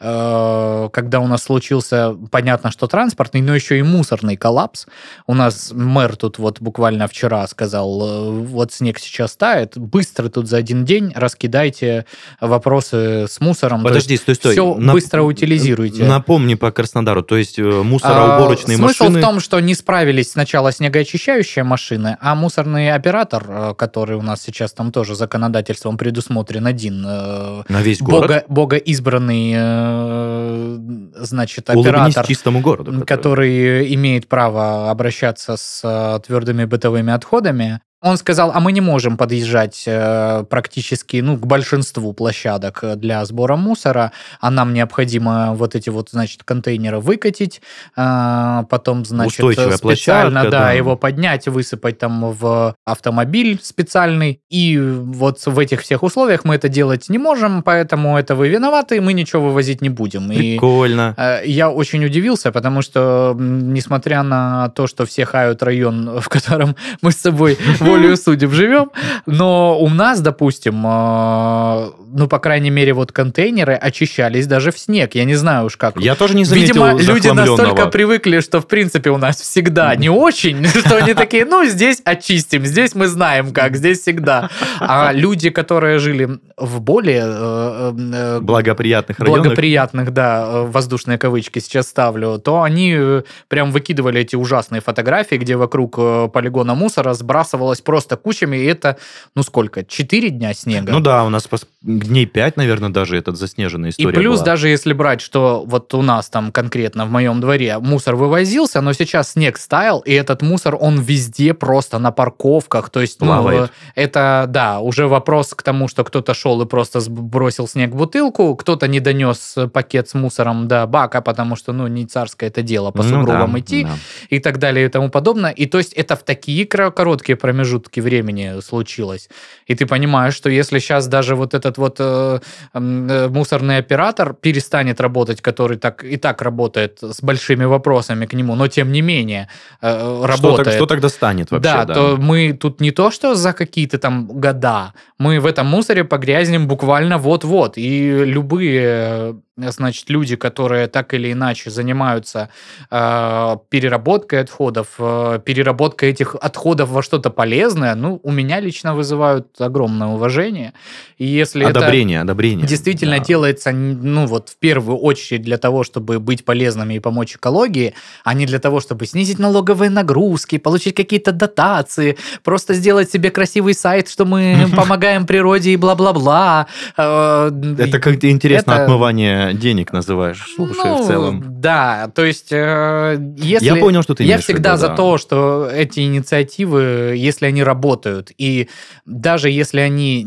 э, когда у нас случился, понятно, что транспортный, но еще и мусорный коллапс. У нас мэр тут вот буквально вчера сказал, э, вот снег сейчас тает, быстро тут за один день раскидайте вопросы с мусором. Подожди, стой, стой. Все Нап... быстро утилизируйте. Напомни по Краснодару, то есть мусороуборочные а, машины... Смысл в том, что не справились сначала снегоочищающие машины, а мусорный оператор, который у нас сейчас там тоже законодательством предусмотрен один. На весь бога, город? Богоизбранный, значит, Улыбнись оператор, чистому городу, который... который имеет право обращаться с твердыми бытовыми отходами. Он сказал, а мы не можем подъезжать э, практически ну, к большинству площадок для сбора мусора, а нам необходимо вот эти вот, значит, контейнеры выкатить, э, потом, значит, устойчивая специально площадка, да, да. его поднять, высыпать там в автомобиль специальный. И вот в этих всех условиях мы это делать не можем, поэтому это вы виноваты, мы ничего вывозить не будем. Прикольно. И, э, я очень удивился, потому что, несмотря на то, что все хают район, в котором мы с собой волею судеб живем, но у нас, допустим, э, ну, по крайней мере, вот контейнеры очищались даже в снег. Я не знаю уж как. Я тоже не заметил Видимо, люди настолько привыкли, что, в принципе, у нас всегда не очень, что они такие, ну, здесь очистим, здесь мы знаем как, здесь всегда. А люди, которые жили в более... Э, э, благоприятных районах. Благоприятных, да, воздушные кавычки сейчас ставлю, то они прям выкидывали эти ужасные фотографии, где вокруг полигона мусора сбрасывалась свалилось просто кучами, и это, ну сколько, четыре дня снега? Ну да, у нас дней пять, наверное, даже этот заснеженная история И плюс была. даже если брать, что вот у нас там конкретно в моем дворе мусор вывозился, но сейчас снег стаял, и этот мусор, он везде просто на парковках, то есть, ну, это, да, уже вопрос к тому, что кто-то шел и просто бросил снег в бутылку, кто-то не донес пакет с мусором до бака, потому что, ну, не царское это дело по сугробам ну, да, идти, да. и так далее, и тому подобное. И то есть это в такие короткие промежутки времени случилось. И ты понимаешь, что если сейчас даже вот этот вот э, э, мусорный оператор перестанет работать, который так и так работает с большими вопросами к нему, но тем не менее э, работает. Что, что тогда станет вообще? Да, да, то мы тут не то, что за какие-то там года, мы в этом мусоре погрязнем буквально вот-вот. И любые, значит, люди, которые так или иначе занимаются э, переработкой отходов, э, переработкой этих отходов во что-то полезное, ну, у меня лично вызывают огромное уважение. И если одобрение, это одобрение. действительно да. делается, ну, вот в первую очередь для того, чтобы быть полезными и помочь экологии, а не для того, чтобы снизить налоговые нагрузки, получить какие-то дотации, просто сделать себе красивый сайт, что мы помогаем природе и бла-бла-бла. Это как-то интересно это... отмывание денег называешь. Слушай, ну, в целом. Да, то есть если... Я понял, что ты Я имеешь всегда в виду, за да. то, что эти инициативы, если они работают, и даже если они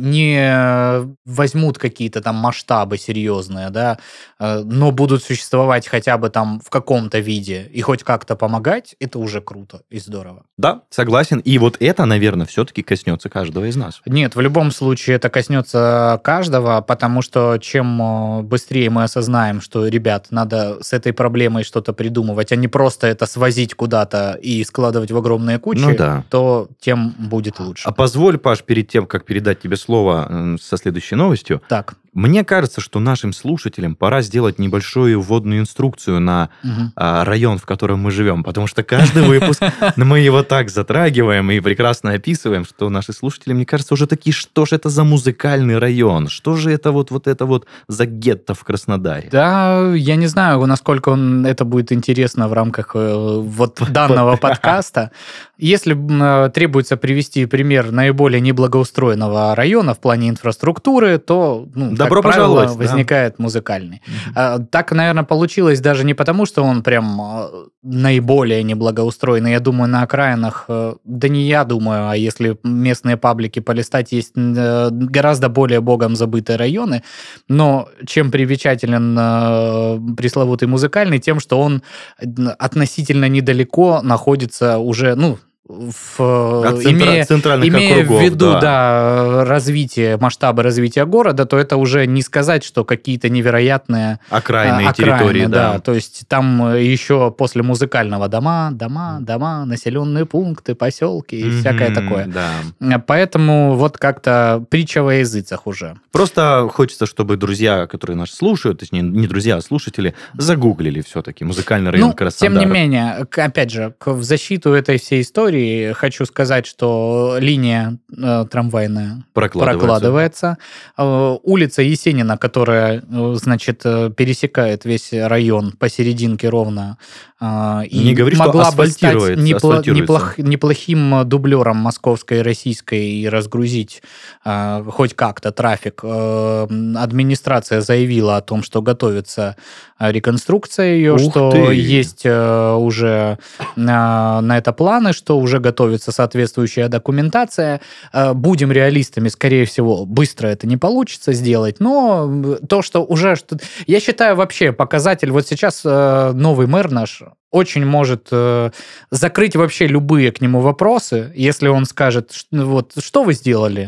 не возьмут какие-то там масштабы серьезные, да, но будут существовать хотя бы там в каком-то виде и хоть как-то помогать, это уже круто и здорово. Да, согласен. И вот это, наверное, все-таки коснется каждого из нас. Нет, в любом случае это коснется каждого, потому что чем быстрее мы осознаем, что, ребят, надо с этой проблемой что-то придумывать, а не просто это свозить куда-то и складывать в огромные кучи, ну, да. то тем будет лучше. А позволь, Паш, перед тем, как передать тебе слово со следующей новостью, так. Мне кажется, что нашим слушателям пора сделать небольшую вводную инструкцию на угу. а, район, в котором мы живем, потому что каждый выпуск мы его так затрагиваем и прекрасно описываем, что наши слушатели, мне кажется, уже такие, что же это за музыкальный район, что же это вот, вот это вот за гетто в Краснодаре. Да, я не знаю, насколько он, это будет интересно в рамках э, вот данного подкаста. Если э, требуется привести пример наиболее неблагоустроенного района в плане инфраструктуры, то, ну, Добро как правило, пожаловать, возникает да. музыкальный. Mm-hmm. А, так, наверное, получилось даже не потому, что он прям наиболее неблагоустроенный. Я думаю, на окраинах, да не я думаю, а если местные паблики полистать, есть гораздо более богом забытые районы. Но чем примечателен пресловутый музыкальный? Тем, что он относительно недалеко находится уже, ну, в, имея, имея округов, в виду да. Да, развитие, масштабы развития города, то это уже не сказать, что какие-то невероятные окраинные, окраины, территории. Да. Да. То есть там еще после музыкального дома, дома, дома, населенные пункты, поселки и mm-hmm, всякое такое. Да. Поэтому вот как-то притча во языцах уже. Просто хочется, чтобы друзья, которые нас слушают, точнее, не друзья, а слушатели, загуглили все-таки музыкальный район ну, Краснодар. Тем не менее, опять же, в защиту этой всей истории хочу сказать, что линия э, трамвайная прокладывается. прокладывается. Э, улица Есенина, которая, э, значит, пересекает весь район посерединке ровно, э, и не говори, могла бы стать непло- неплох- неплохим дублером московской и российской и разгрузить э, хоть как-то трафик. Э, администрация заявила о том, что готовится реконструкция ее, Ух что ты. есть э, уже э, на это планы, что уже готовится соответствующая документация. Будем реалистами, скорее всего, быстро это не получится сделать, но то, что уже... Что... Я считаю, вообще показатель, вот сейчас новый мэр наш очень может закрыть вообще любые к нему вопросы, если он скажет, вот, что вы сделали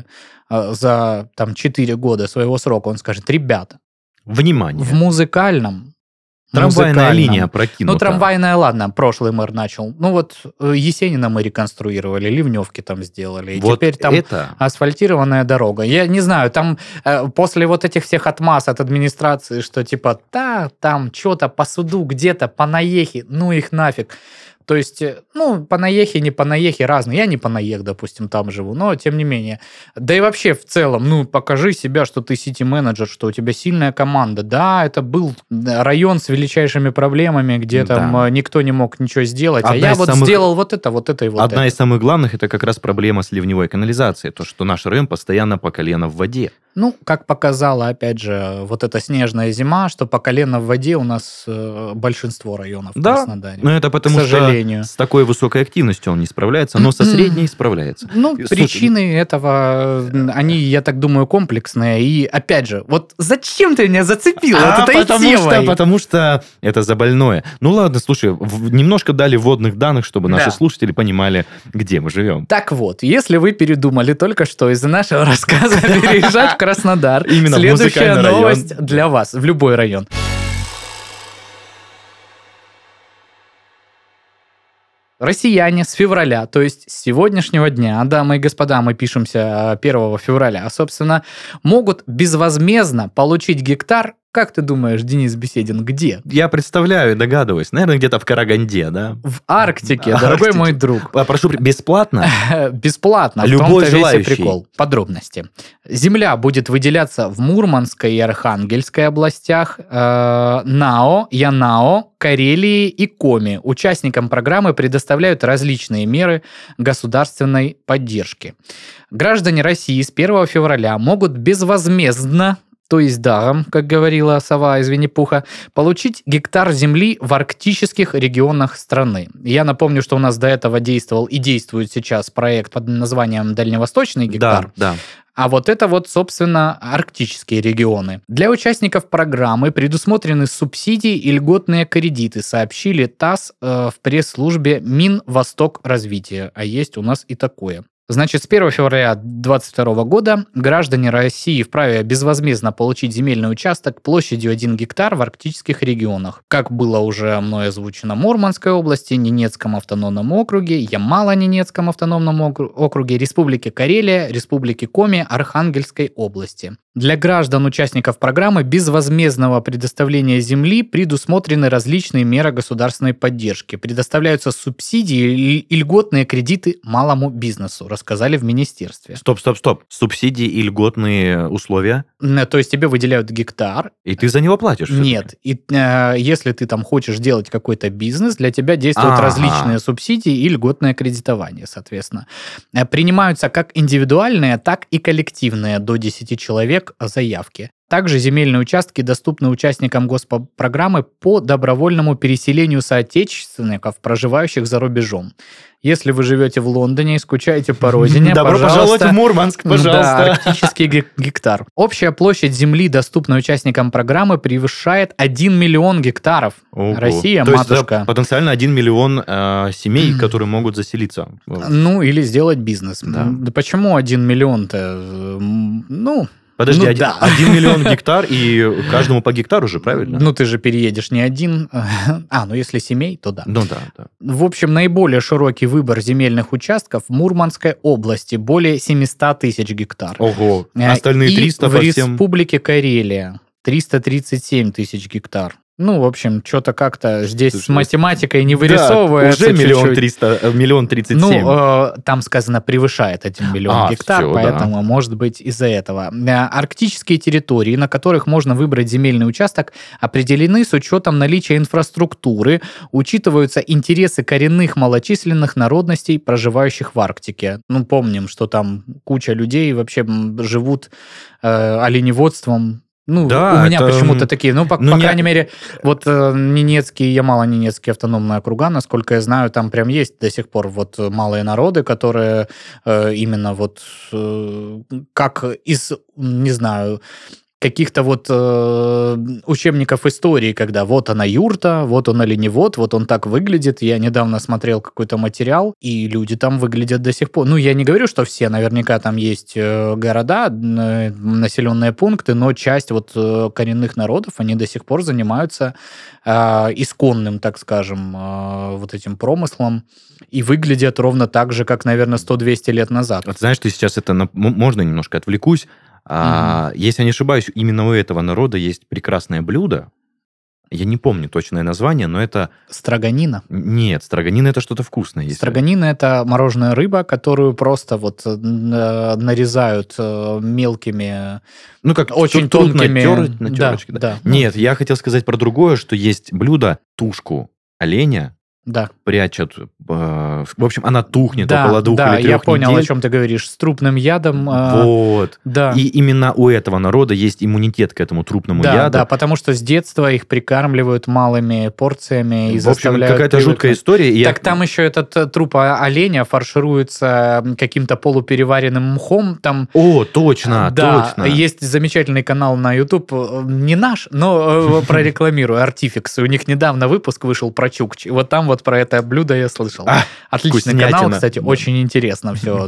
за там, четыре года своего срока, он скажет, ребята, внимание, в музыкальном Трамвайная линия прокинута. Ну, трамвайная, ладно, прошлый мэр начал. Ну, вот Есенина мы реконструировали, Ливневки там сделали. И вот теперь там это... асфальтированная дорога. Я не знаю, там э, после вот этих всех отмаз от администрации, что типа, да, там что-то по суду где-то, по наехе, ну их нафиг. То есть, ну, Панаехи, не Панаехи разные. Я не Панаех, допустим, там живу, но тем не менее. Да и вообще в целом, ну, покажи себя, что ты сити-менеджер, что у тебя сильная команда. Да, это был район с величайшими проблемами, где Да. там никто не мог ничего сделать. Одна а я из вот самых- сделал вот это, вот это и вот Одна это. из самых главных – это как раз проблема с ливневой канализацией. То, что наш район постоянно по колено в воде. Ну, как показала, опять же, вот эта снежная зима, что по колено в воде у нас э, большинство районов в Да, Краснодаре. но это потому К сожалению. что с такой высокой активностью он не справляется, но со средней справляется. Ну, Слушай, причины этого, э, они, я так думаю, комплексные. И, опять же, вот зачем ты меня зацепил А, вот этой потому темой? что, потому что это забольное. Ну ладно, слушай, в- немножко дали вводных данных, чтобы наши Да. слушатели понимали, где мы живем. Так вот, если вы передумали только что из-за нашего рассказа переезжать в Краснодар, Именно в следующая музыкальный район. новость для вас, в любой район. Россияне с февраля, то есть с сегодняшнего дня, дамы и господа, мы пишемся первого февраля, собственно, могут безвозмездно получить гектар. Как ты думаешь, Денис Беседин, где? Я представляю и догадываюсь. Наверное, где-то в Караганде, да? В Арктике, Арктике. дорогой мой друг. А, прошу, бесплатно? Бесплатно. Любой в том-то весь и желающий. прикол. Подробности. Земля будет выделяться в Мурманской и Архангельской областях, э, НАО, Янао, Карелии и Коми. Участникам программы предоставляют различные меры государственной поддержки. Граждане России с первого февраля могут безвозмездно, то есть даром, как говорила сова из Винни-Пуха, получить гектар земли в арктических регионах страны. Я напомню, что у нас до этого действовал и действует сейчас проект под названием «Дальневосточный гектар». Да, да. А вот это вот, собственно, арктические регионы. Для участников программы предусмотрены субсидии и льготные кредиты, сообщили ТАСС э, в пресс-службе Минвостокразвития. А есть у нас и такое. Значит, с первого февраля две тысячи двадцать второго года граждане России вправе безвозмездно получить земельный участок площадью один гектар в арктических регионах. Как было уже мной озвучено, Мурманской области, Ненецком автономном округе, Ямало-Ненецком автономном окру- округе, Республике Карелия, Республике Коми, Архангельской области. Для граждан, участников программы безвозмездного предоставления земли предусмотрены различные меры государственной поддержки. Предоставляются субсидии и льготные кредиты малому бизнесу, рассказали в министерстве. Стоп, стоп, стоп. Субсидии и льготные условия, Н- То есть тебе выделяют гектар. и ты за него платишь. всё-таки. Нет. И э, если ты там хочешь делать какой-то бизнес, для тебя действуют Ага. различные субсидии и льготное кредитование, соответственно. Э, Принимаются как индивидуальные, так и коллективные до десяти человек заявки. Также земельные участки доступны участникам госпрограммы по добровольному переселению соотечественников, проживающих за рубежом. Если вы живете в Лондоне и скучаете по родине, Добро пожалуйста, пожаловать в Мурманск, да, пожалуйста. арктический ге- гектар. Общая площадь земли, доступная участникам программы, превышает один миллион гектаров. Ого. Россия, То есть, да, матушка. потенциально один миллион э, семей, которые могут заселиться. Ну, или сделать бизнес. Да. М, Да почему один миллион-то? М, Ну, Подожди, ну один, да. один миллион гектар, и каждому по гектару же, правильно? ну ты же переедешь не один. А, ну если семей, то да. Ну да, да. В общем, наиболее широкий выбор земельных участков в Мурманской области, более семьсот тысяч гектар. Ого. Э, Остальные и триста в по всем... Республике Карелия триста тридцать семь тысяч гектар. Ну, в общем, что-то как-то здесь Слушай, с математикой не Да, вырисовывается уже миллион чуть-чуть. триста, э, миллион тридцать Ну, семь. э, там сказано, превышает один миллион А, гектар, всё, да. поэтому, может быть, из-за этого. Э, Арктические территории, на которых можно выбрать земельный участок, определены с учетом наличия инфраструктуры, учитываются интересы коренных малочисленных народностей, проживающих в Арктике. Ну, помним, что там куча людей вообще м, живут э, оленеводством. Ну, Да, у меня это, почему-то такие, ну, по, ну, по не- крайней мере, вот э, Ненецкий, Ямало-Ненецкий автономные округа, насколько я знаю, там прям есть до сих пор вот малые народы, которые э, именно вот э, как из, не знаю, каких-то вот э, учебников истории, когда вот она юрта, вот он оленевод, вот он так выглядит. Я недавно смотрел какой-то материал, и люди там выглядят до сих пор. Ну, я не говорю, что все, наверняка там есть э, города, э, населенные пункты, но часть вот э, коренных народов, они до сих пор занимаются э, исконным, так скажем, э, вот этим промыслом, и выглядят ровно так же, как, наверное, сто-двести лет назад. Вот знаешь, ты сейчас это... на- м- Можно немножко отвлекусь? А, Если я не ошибаюсь, именно у этого народа есть прекрасное блюдо. Я не помню точное название, но это... Строганина? Нет, строганина это что-то вкусное. Если... Строганина это мороженая рыба, которую просто вот нарезают мелкими, ну как очень тонкими... Натер... на терочке, да, да. Нет, я хотел сказать про другое, что есть блюдо, тушку оленя, да. прячут. Э, в общем, она тухнет да, около двух да, или трех я понял, недель. О чем ты говоришь. С трупным ядом. Вот. Да. И именно у этого народа есть иммунитет к этому трупному да, яду. Да, потому что с детства их прикармливают малыми порциями и в общем, заставляют какая-то привыкнуть. жуткая история. И так я... там еще этот труп оленя фаршируется каким-то полупереваренным мхом. Там... О, точно, да, точно. Есть замечательный канал на YouTube, не наш, но прорекламирую, Artifix. У них недавно выпуск вышел про чукчи. Вот там вот про это блюдо я слышал. А, Отличный вкуснятина. канал, кстати, очень интересно все,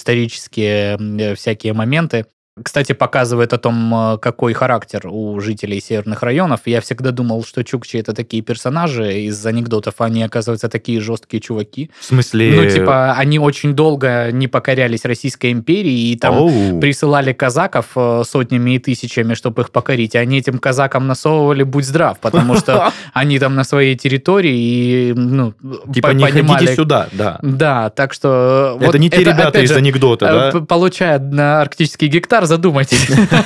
исторические всякие моменты. Кстати, показывает о том, какой характер у жителей северных районов. Я всегда думал, что чукчи это такие персонажи из анекдотов, они, оказывается, такие жесткие чуваки. В смысле? Ну, типа, они очень долго не покорялись Российской империи, и там Оу. присылали казаков сотнями и тысячами, чтобы их покорить. И они этим казакам насовывали «будь здрав», потому что они там на своей территории и, ну, типа, не ходите сюда, да. Да, так что... Это не те ребята из анекдота, да? Получая на арктический гектар, задумайтесь.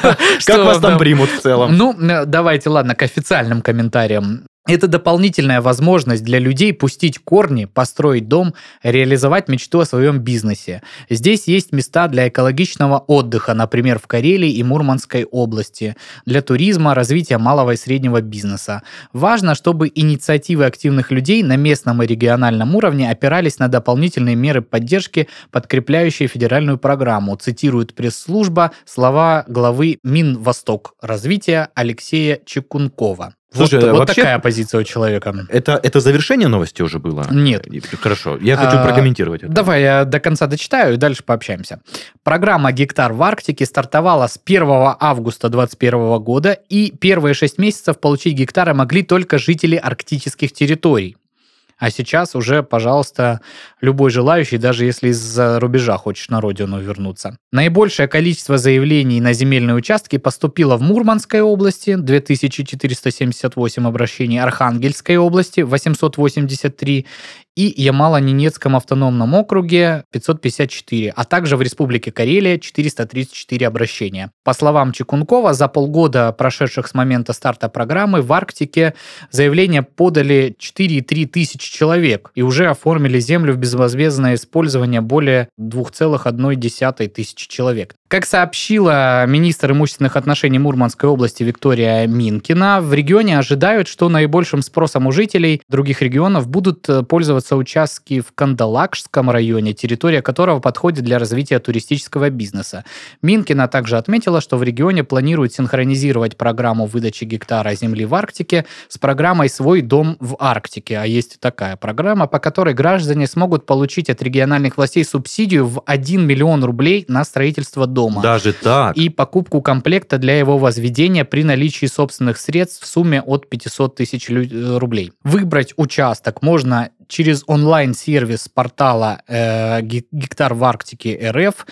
Как вас там примут в целом? Ну, давайте, ладно, к официальным комментариям. Это дополнительная возможность для людей пустить корни, построить дом, реализовать мечту о своем бизнесе. Здесь есть места для экологичного отдыха, например, в Карелии и Мурманской области, для туризма, развития малого и среднего бизнеса. Важно, чтобы инициативы активных людей на местном и региональном уровне опирались на дополнительные меры поддержки, подкрепляющие федеральную программу, цитирует пресс-служба слова главы Минвосток развития Алексея Чекункова. Слушай, вот, вот вообще, такая позиция у человека. Это, это завершение новости уже было? Нет. Хорошо, я хочу а, прокомментировать это. Давай я до конца дочитаю и дальше пообщаемся. Программа «Гектар в Арктике» стартовала с первого августа двадцать первого года, и первые шесть месяцев получить гектары могли только жители арктических территорий. А сейчас уже, пожалуйста, любой желающий, даже если из-за рубежа хочешь на родину вернуться. Наибольшее количество заявлений на земельные участки поступило в Мурманской области, две тысячи четыреста семьдесят восемь обращений, Архангельской области, восемьсот восемьдесят три, и Ямало-Ненецком автономном округе пятьсот пятьдесят четыре, а также в Республике Карелия четыреста тридцать четыре обращения. По словам Чекункова, за полгода, прошедших с момента старта программы, в Арктике заявления подали четыре целых три тысячи человек и уже оформили землю в безвозмездное использование более две целых одна десятая тысячи человек. Как сообщила министр имущественных отношений Мурманской области Виктория Минкина, в регионе ожидают, что наибольшим спросом у жителей других регионов будут пользоваться участки в Кандалакшском районе, территория которого подходит для развития туристического бизнеса. Минкина также отметила, что в регионе планируют синхронизировать программу выдачи гектара земли в Арктике с программой «Свой дом в Арктике». А есть такая программа, по которой граждане смогут получить от региональных властей субсидию в один миллион рублей на строительство дома. Даже так? И покупку комплекта для его возведения при наличии собственных средств в сумме от пятьсот тысяч рублей. Выбрать участок можно через онлайн-сервис портала э, «Гектар в Арктике РФ»,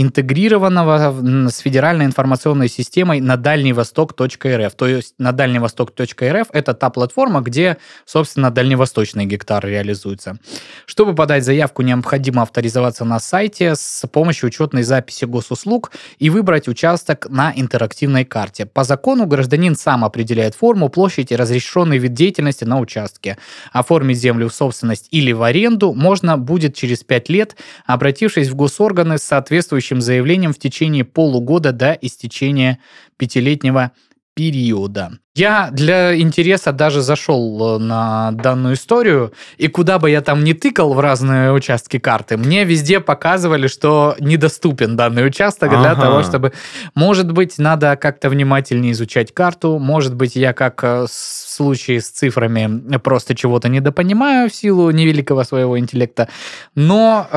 интегрированного с федеральной информационной системой на дальневосток точка эр эф. То есть на дальневосток точка эр эф это та платформа, где, собственно, дальневосточный гектар реализуется. Чтобы подать заявку, необходимо авторизоваться на сайте с помощью учетной записи госуслуг и выбрать участок на интерактивной карте. По закону гражданин сам определяет форму, площадь и разрешенный вид деятельности на участке. Оформить землю в собственность или в аренду можно будет через пять лет, обратившись в госорганы с соответствующим заявлением в течение полугода до истечения пятилетнего периода. Я для интереса даже зашел на данную историю, и куда бы я там ни тыкал в разные участки карты, мне везде показывали, что недоступен данный участок ага. для того, чтобы... Может быть, надо как-то внимательнее изучать карту, может быть, я как в случае с цифрами просто чего-то недопонимаю в силу невеликого своего интеллекта, но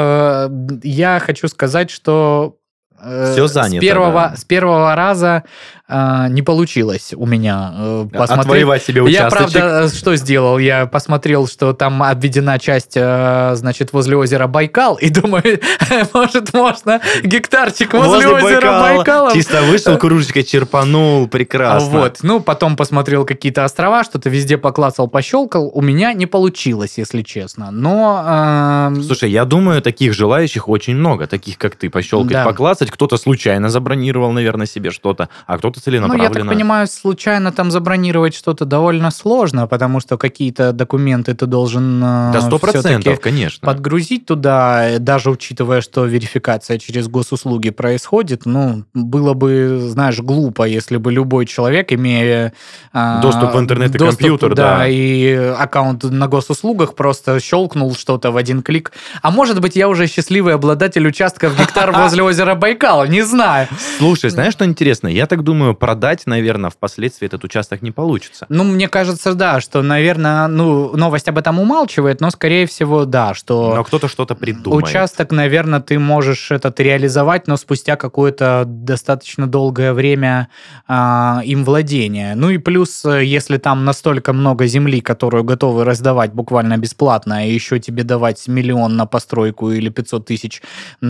э, я хочу сказать, что Все занято, с, первого, да. с первого раза э, не получилось у меня э, посмотреть. Отвоевать себе участочек. Я, правда, что сделал? Я посмотрел, что там обведена часть, э, значит, возле озера Байкал, и думаю, может, можно гектарчик возле, возле озера Байкала. Байкала. Чисто вышел, кружечкой черпанул, прекрасно. Вот, ну, потом посмотрел какие-то острова, что-то везде поклацал, пощелкал. У меня не получилось, если честно. Но... Э... Слушай, я думаю, таких желающих очень много. Таких, как ты, пощелкать, да. поклацать. Кто-то случайно забронировал, наверное, себе что-то, а кто-то целенаправленно. Ну, я так понимаю, случайно там забронировать что-то довольно сложно, потому что какие-то документы ты должен э, да, сто процентов, конечно. подгрузить туда, даже учитывая, что верификация через госуслуги происходит. Ну, было бы, знаешь, глупо, если бы любой человек, имея... Э, доступ в интернет и доступ, компьютер, да, да. и аккаунт на госуслугах, просто щелкнул что-то в один клик. А может быть, я уже счастливый обладатель участка в гектар возле озера Байкал, не знаю. Слушай, знаешь, что интересно? Я так думаю, продать, наверное, впоследствии этот участок не получится. Ну, мне кажется, да, что, наверное, ну, новость об этом умалчивает, но, скорее всего, да, что... Но кто-то что-то придумает. Участок, наверное, ты можешь этот реализовать, но спустя какое-то достаточно долгое время э, им владения. Ну и плюс, если там настолько много земли, которую готовы раздавать буквально бесплатно, и еще тебе давать миллион на постройку или пятьсот тысяч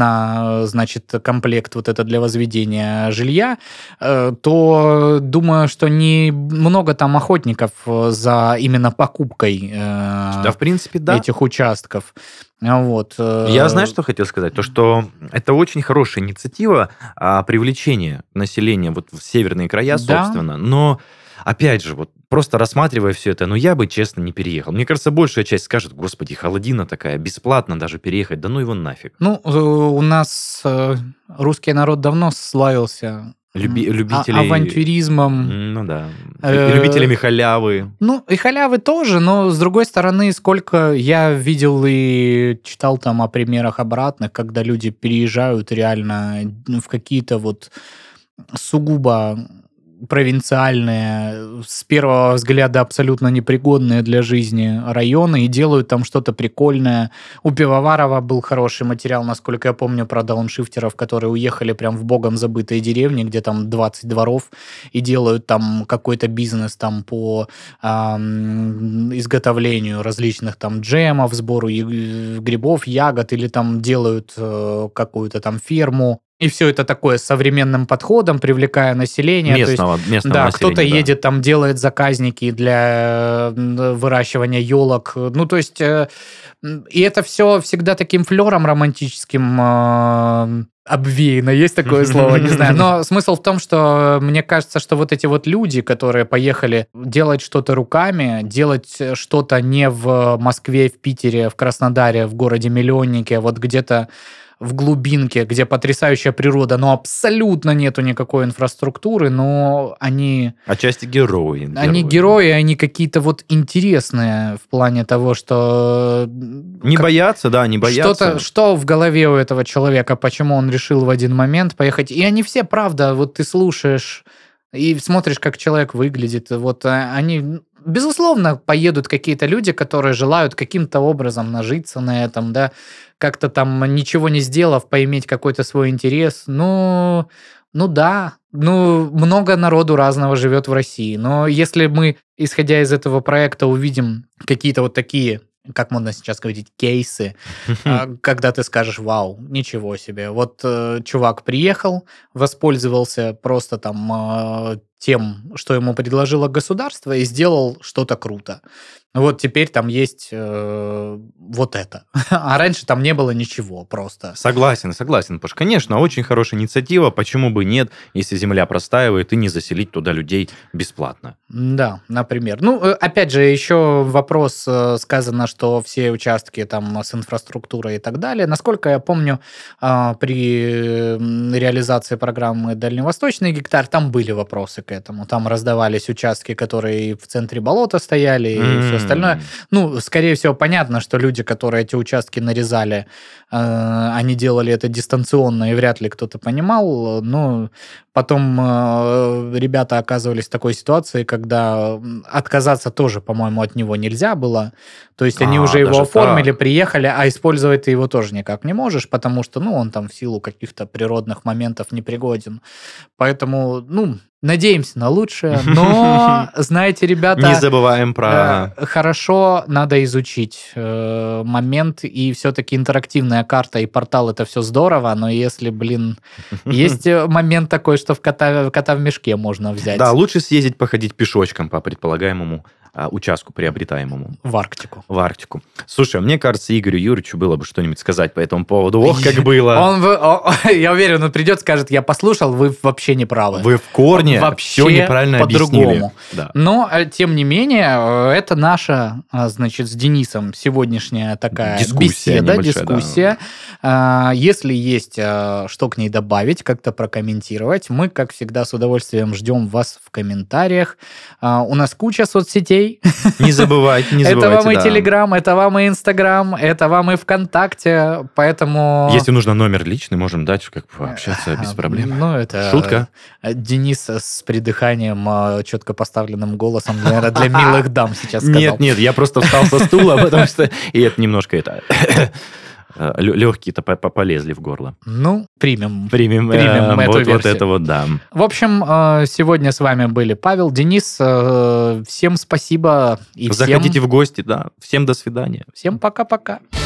на, значит, комплект вот это для возведения жилья, э, то думаю, что не много там охотников за именно покупкой э, да, в принципе, да. этих участков. Вот. Я, знаешь, что хотел сказать? То, что это очень хорошая инициатива а, привлечения населения вот в северные края, да. собственно, но опять же, вот просто рассматривая все это, ну, я бы, честно, не переехал. Мне кажется, большая часть скажет, господи, холодина такая, бесплатно даже переехать, да ну его нафиг. Ну, у нас русский народ давно славился Люби, любители... а- авантюризмом. Ну да. Э- любителями халявы. Ну, и халявы тоже, но, с другой стороны, сколько я видел и читал там о примерах обратных, когда люди переезжают реально в какие-то вот сугубо провинциальные, с первого взгляда абсолютно непригодные для жизни районы и делают там что-то прикольное. У Пивоварова был хороший материал, насколько я помню, про дауншифтеров, которые уехали прям в богом забытые деревни, где там двадцать дворов, и делают там какой-то бизнес там по эм, изготовлению различных там джемов, сбору грибов, ягод, или там делают э, какую-то там ферму. И все это такое с современным подходом, привлекая население. Местного, то есть, местного да, населения. Кто-то да. едет, там делает заказники для выращивания елок. Ну, то есть, и это все всегда таким флером романтическим э, обвеяно. Есть такое слово, не знаю. Но смысл в том, что мне кажется, что вот эти вот люди, которые поехали делать что-то руками, делать что-то не в Москве, в Питере, в Краснодаре, в городе-миллионнике, а вот где-то в глубинке, где потрясающая природа, но абсолютно нету никакой инфраструктуры, но они... Отчасти герои. герои. Они герои, они какие-то вот интересные в плане того, что... Не как... боятся, да, не боятся. Что-то, что в голове у этого человека, почему он решил в один момент поехать. И они все, правда, вот ты слушаешь и смотришь, как человек выглядит, вот они... Безусловно, поедут какие-то люди, которые желают каким-то образом нажиться на этом, да, как-то там ничего не сделав, поиметь какой-то свой интерес. Ну, ну да, ну много народу разного живет в России. Но если мы, исходя из этого проекта, увидим какие-то вот такие, как модно сейчас говорить, кейсы, когда ты скажешь, вау, ничего себе. Вот чувак приехал, воспользовался просто там тем, что ему предложило государство, и сделал что-то круто. Вот теперь там есть э, вот это. А раньше там не было ничего просто. Согласен, согласен, Паш. Конечно, очень хорошая инициатива. Почему бы нет, если земля простаивает, и не заселить туда людей бесплатно? Да, например. Ну, опять же, еще вопрос, сказано, что все участки там с инфраструктурой и так далее. Насколько я помню, при реализации программы «Дальневосточный гектар» там были вопросы к этому. Там раздавались участки, которые в центре болота стояли, и mm. все остальное. Ну, скорее всего, понятно, что люди, которые эти участки нарезали, э, они делали это дистанционно, и вряд ли кто-то понимал, но Потом э, ребята оказывались в такой ситуации, когда отказаться тоже, по-моему, от него нельзя было. То есть они А, уже его даже оформили, так. приехали, а использовать ты его тоже никак не можешь, потому что, ну, он там в силу каких-то природных моментов непригоден. Поэтому, ну, надеемся на лучшее, но, знаете, ребята... Не забываем про... э, Хорошо надо изучить э, момент, и все-таки интерактивная карта и портал — это все здорово, но если, блин, есть э, момент такой, что в кота, кота в мешке можно взять Да, лучше съездить походить пешочком по предполагаемому а, участку приобретаемому. в Арктику. В Арктику. Слушай, мне кажется, Игорю Юрьевичу было бы что-нибудь сказать по этому поводу. Ох, как было. Он, в- о- я уверен, он придет, скажет: я послушал, вы вообще не правы. Вы в корне Вообще все неправильно объяснили. по-другому. Да. Но, э, тем не менее, э, это наша, а, значит, с Денисом сегодняшняя такая Дискуссия беседа, небольшая, дискуссия. А, Если есть э, что к ней добавить, как-то прокомментировать, мы, как всегда, с удовольствием ждем вас в комментариях. А, У нас куча соцсетей. Не забывайте, не Это забывайте. вам и да. Телеграм, это вам и Инстаграм, это вам и ВКонтакте, поэтому... Если нужно номер личный, можем дать, как пообщаться без проблем. Ну, это... Шутка. э, Денис с придыханием, э, четко поставленным голосом, наверное, для милых дам сейчас сказал. Нет, нет, я просто встал со стула, потому что... И это немножко это... Легкие-то по- по- полезли в горло. Ну, примем. Примем, Примем э, эту вот, вот версию. это вот, да. В общем, э, сегодня с вами были Павел, Денис. э, Всем спасибо и всем, Заходите в гости, да. Всем до свидания. всем пока-пока.